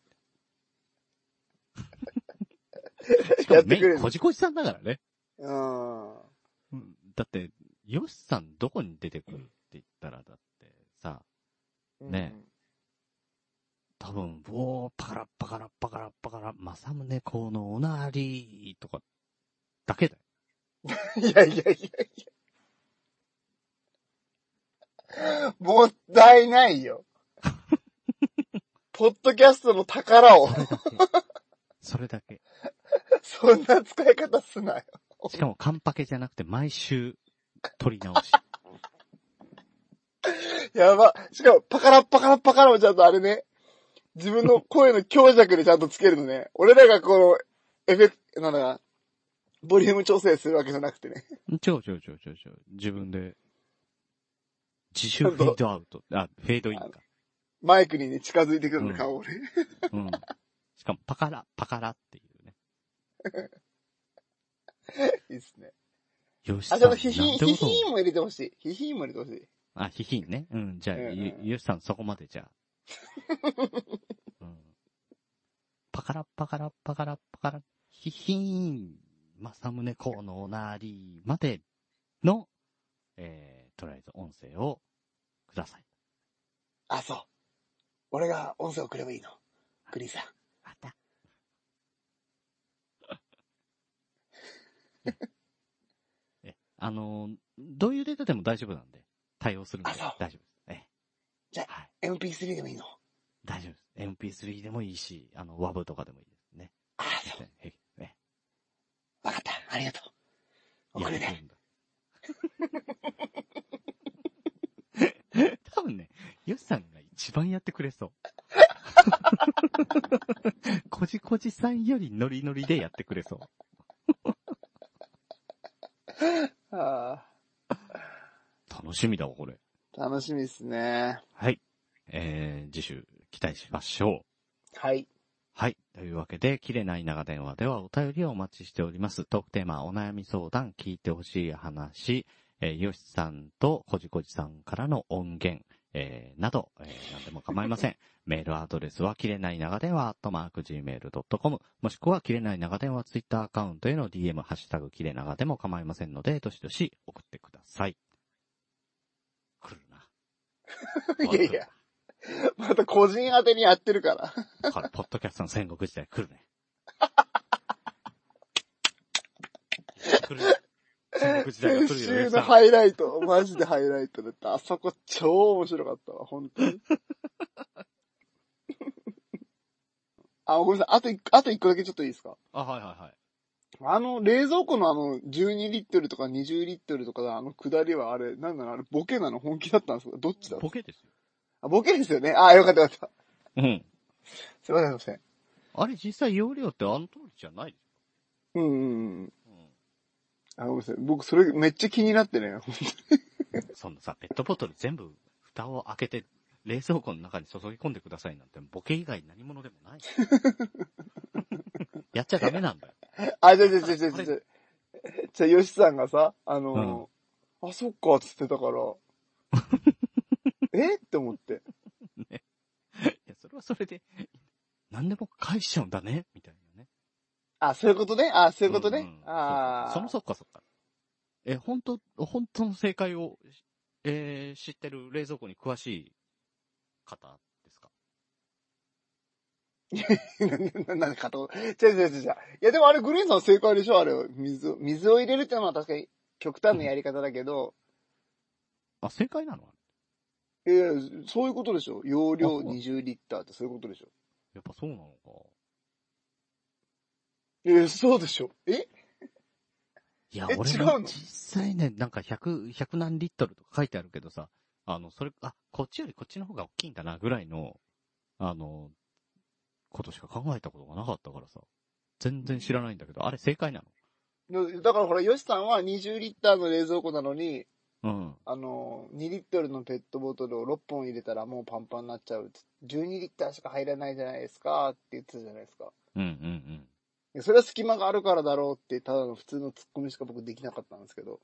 しかもメイン、こじこじさんだからね。だって、ヨシさんどこに出てくるって言ったら、だってさ、ね、多分、パカラッパカラッパカラッパカラッ、正宗公のおなりとか、だけだよ。 いや。もったいないよ。ポッドキャストの宝を。 それだけ。 そんな使い方すなよ。 しかもカンパケじゃなくて毎週撮り直し。 やば。しかもパカラッパカラッパカラもちゃんとあれね。自分の声の強弱でちゃんとつけるのね。俺らがこの、エフェクト、なんだか、ボリューム調整するわけじゃなくてね。 違う。自分で、自主フェードアウト。フェードインか。 マイクにね、近づいてくるのか、俺。 しかも、パカラっていうね。 いいっすね。 よしさん。 ちょっとヒヒーンも入れてほしい。ヒヒーンも入れてほしい。 ヒヒーンね。じゃあ、よしさんそこまでじゃあ。パカラヒヒーン、正宗公のおなりまでの、とりあえず音声をください。 あ、そう。俺が音声をくればいいの。グリーンさん。 また。どういうデータでも大丈夫なんで、対応するんで大丈夫です。 じゃあ、はい、MP3 でもいいの？ 大丈夫です。MP3 でもいいし、WAV とかでもいいですね。 あ、そう。わかった。ありがとう。送るね。 多分ね、ヨシさんが一番やってくれそう。こじこじさんよりノリノリでやってくれそう。楽しみだわ、これ。 楽しみですね。 はい。次週期待しましょう。 はい。 はい。というわけで、切れない長電話ではお便りをお待ちしております。トークテーマ、お悩み相談、聞いてほしい話、よしさんとこじこじさんからの音源、など、何でも構いません。メールアドレスは、切れない長電話、@gmail.com、もしくは、切れない長電話ツイッターアカウントへの DM、ハッシュタグ、切れ長でも構いませんので、どしどし送ってください。来るな。 いや。また個人宛てにやってるから。 だから、ポッドキャストの戦国時代来るね。来るね。戦国時代が来るよ。 先週のハイライト、マジでハイライトだった。あそこ超面白かったわ、本当に。ごめんなさい。あと一個だけちょっといいですか？ はい。 冷蔵庫の12リットルとか20リットルとか下りはあれ、なんなのあれ、ボケなの本気だったんですか？どっちだ？ ボケですよ。 ボケですよね。よかったよかった。 うん。 すいません。 あれ実際容量ってあの通りじゃないですか？ ごめんなさい。僕それめっちゃ気になってね。 そんなさ、ペットボトル全部蓋を開けて冷蔵庫の中に注ぎ込んでくださいなんてボケ以外何者でもない。やっちゃダメなんだよ。 じゃあ、ヨシさんがさ、そっか、つってたから、って思って。 ね。いや、それはそれで、何でも返しちゃうんだね、みたいなね。 そういうことね。そういうことね。 そっか。本当の正解を、知ってる冷蔵庫に詳しい方ですか？ なんかと、違う。いや、でもあれグリーンさん正解でしょ？あれ、水を入れるっていうのは確かに極端なやり方だけど。 正解なの？ そういうことでしょ？容量20リッターってそういうことでしょ？ やっぱそうなのか。 そうでしょ？ いや、俺も実際ね、なんか100何リットルとか書いてあるけどさ、こっちよりこっちの方が大きいんだな、ぐらいの、ことしか考えたことがなかったからさ。全然知らないんだけど、あれ正解なの？ だからほら、ヨシさんは20リッターの冷蔵庫なのに、 うん。 2リットルのペットボトルを6本入れたらもうパンパンになっちゃう。12リッターしか入らないじゃないですかって言ってたじゃないですか。 うんうんいやそれは隙間があるからだろうって、ただの普通のツッコミしか僕できなかったんですけど。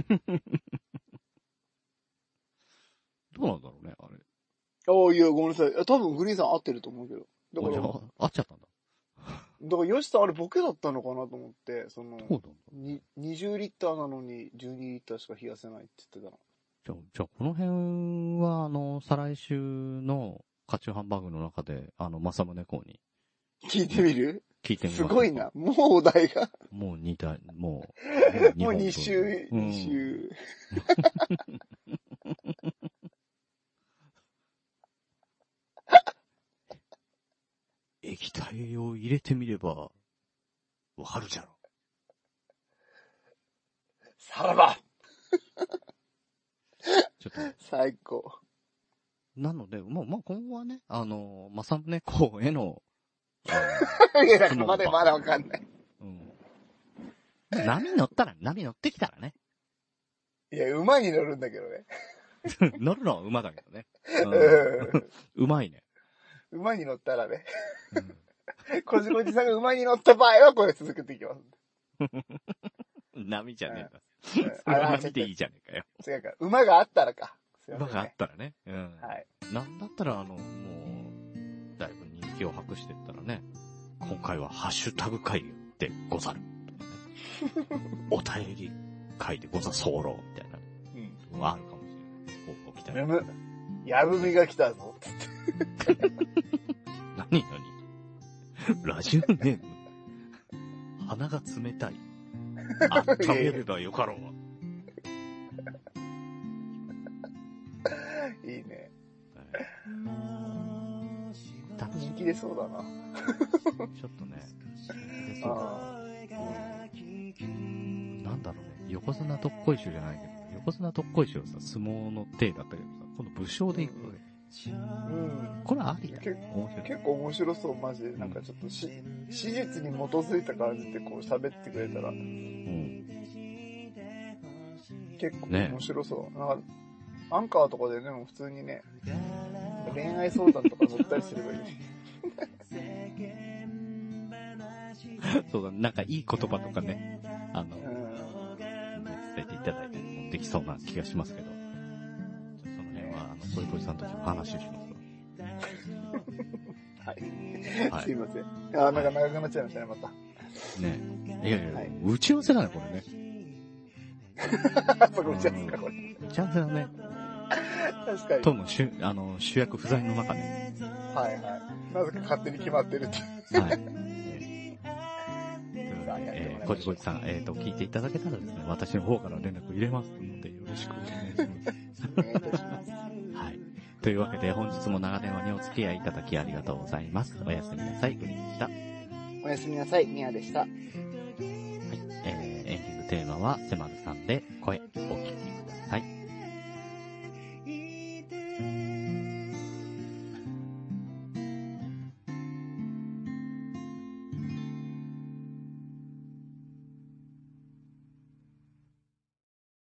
どうなんだろうね、あれ。 ああ、いや、ごめんなさい。多分グリーンさん合ってると思うけど。だから、 じゃあ、合っちゃったんだ。 ヨシさんあれボケだったのかなと思って、 そうなんだ。 20リッターなのに12リッターしか冷やせないって言ってたな。 じゃあこの辺は、再来週のカチューハンバーグの中で、正宗公に聞いてみる？ 聞いてみます。 すごいな。もうお題が。 もう2台、もうもう2週、 うん 2週。 液体を入れてみれば、わかるじゃろ。 さらばちょっと、 最高。 なので、まあ、今後はね、正宗公への、 いや、まだわかんない。 うん。波乗ってきたらね。 いや、馬に乗るんだけどね。 乗るのは馬だけどね。うまいね。 馬に乗ったらね。こじこじさんが馬に乗った場合はこれ続けていきます。 波じゃねえんだ。それは波でいいじゃねえかよ。 違うか。馬があったらか。 馬があったらね。うん。 はい。 なんだったらもう、だいぶ人気を博してったらね、今回はハッシュタグ会でござる。お便り会でござ候みたいな。うん。あるかもしれない。こう来たら。 やぶみが来たぞ。 何ラジオネーム鼻が冷たい。温めればよかろう。 いいね。人気出そうだな。 ちょっとね、出そうだな。なんだろうね、横綱どっこいしゅうじゃないけど、横綱どっこいしゅうはさ、相撲の体だったけどさ、今度武将でいくのね。これありだね。 結構面白そう、マジで。なんかちょっと史実に基づいた感じでこう喋ってくれたら。結構面白そう。なんか、アンカーとかでね、も普通にね、恋愛相談とか乗ったりすればいい。 そうだ、なんかいい言葉とかね、伝えていただいてもできそうな気がしますけど。その辺は、小池さんと話をしますはい。はい。すいません。なんか長くなっちゃいましたね、また。 ねいや、はい、打ち合わせだね、これね。 そこ打ち合わせか、これ。 打ち合わせだね。 確かに。 当の主役不在の中で。 はいはい。なぜか勝手に決まってるっていう。はい。 こじこじさん、聞いていただけたらですね、私の方から連絡入れますので、よろしくお願いします。 お願いいたします。 はい。というわけで、本日も長電話にお付き合いいただきありがとうございます。おやすみなさい、グリーンでした。 おやすみなさい、ミヤでした。はい。 エンディングテーマは、セマルさんで、声、お聞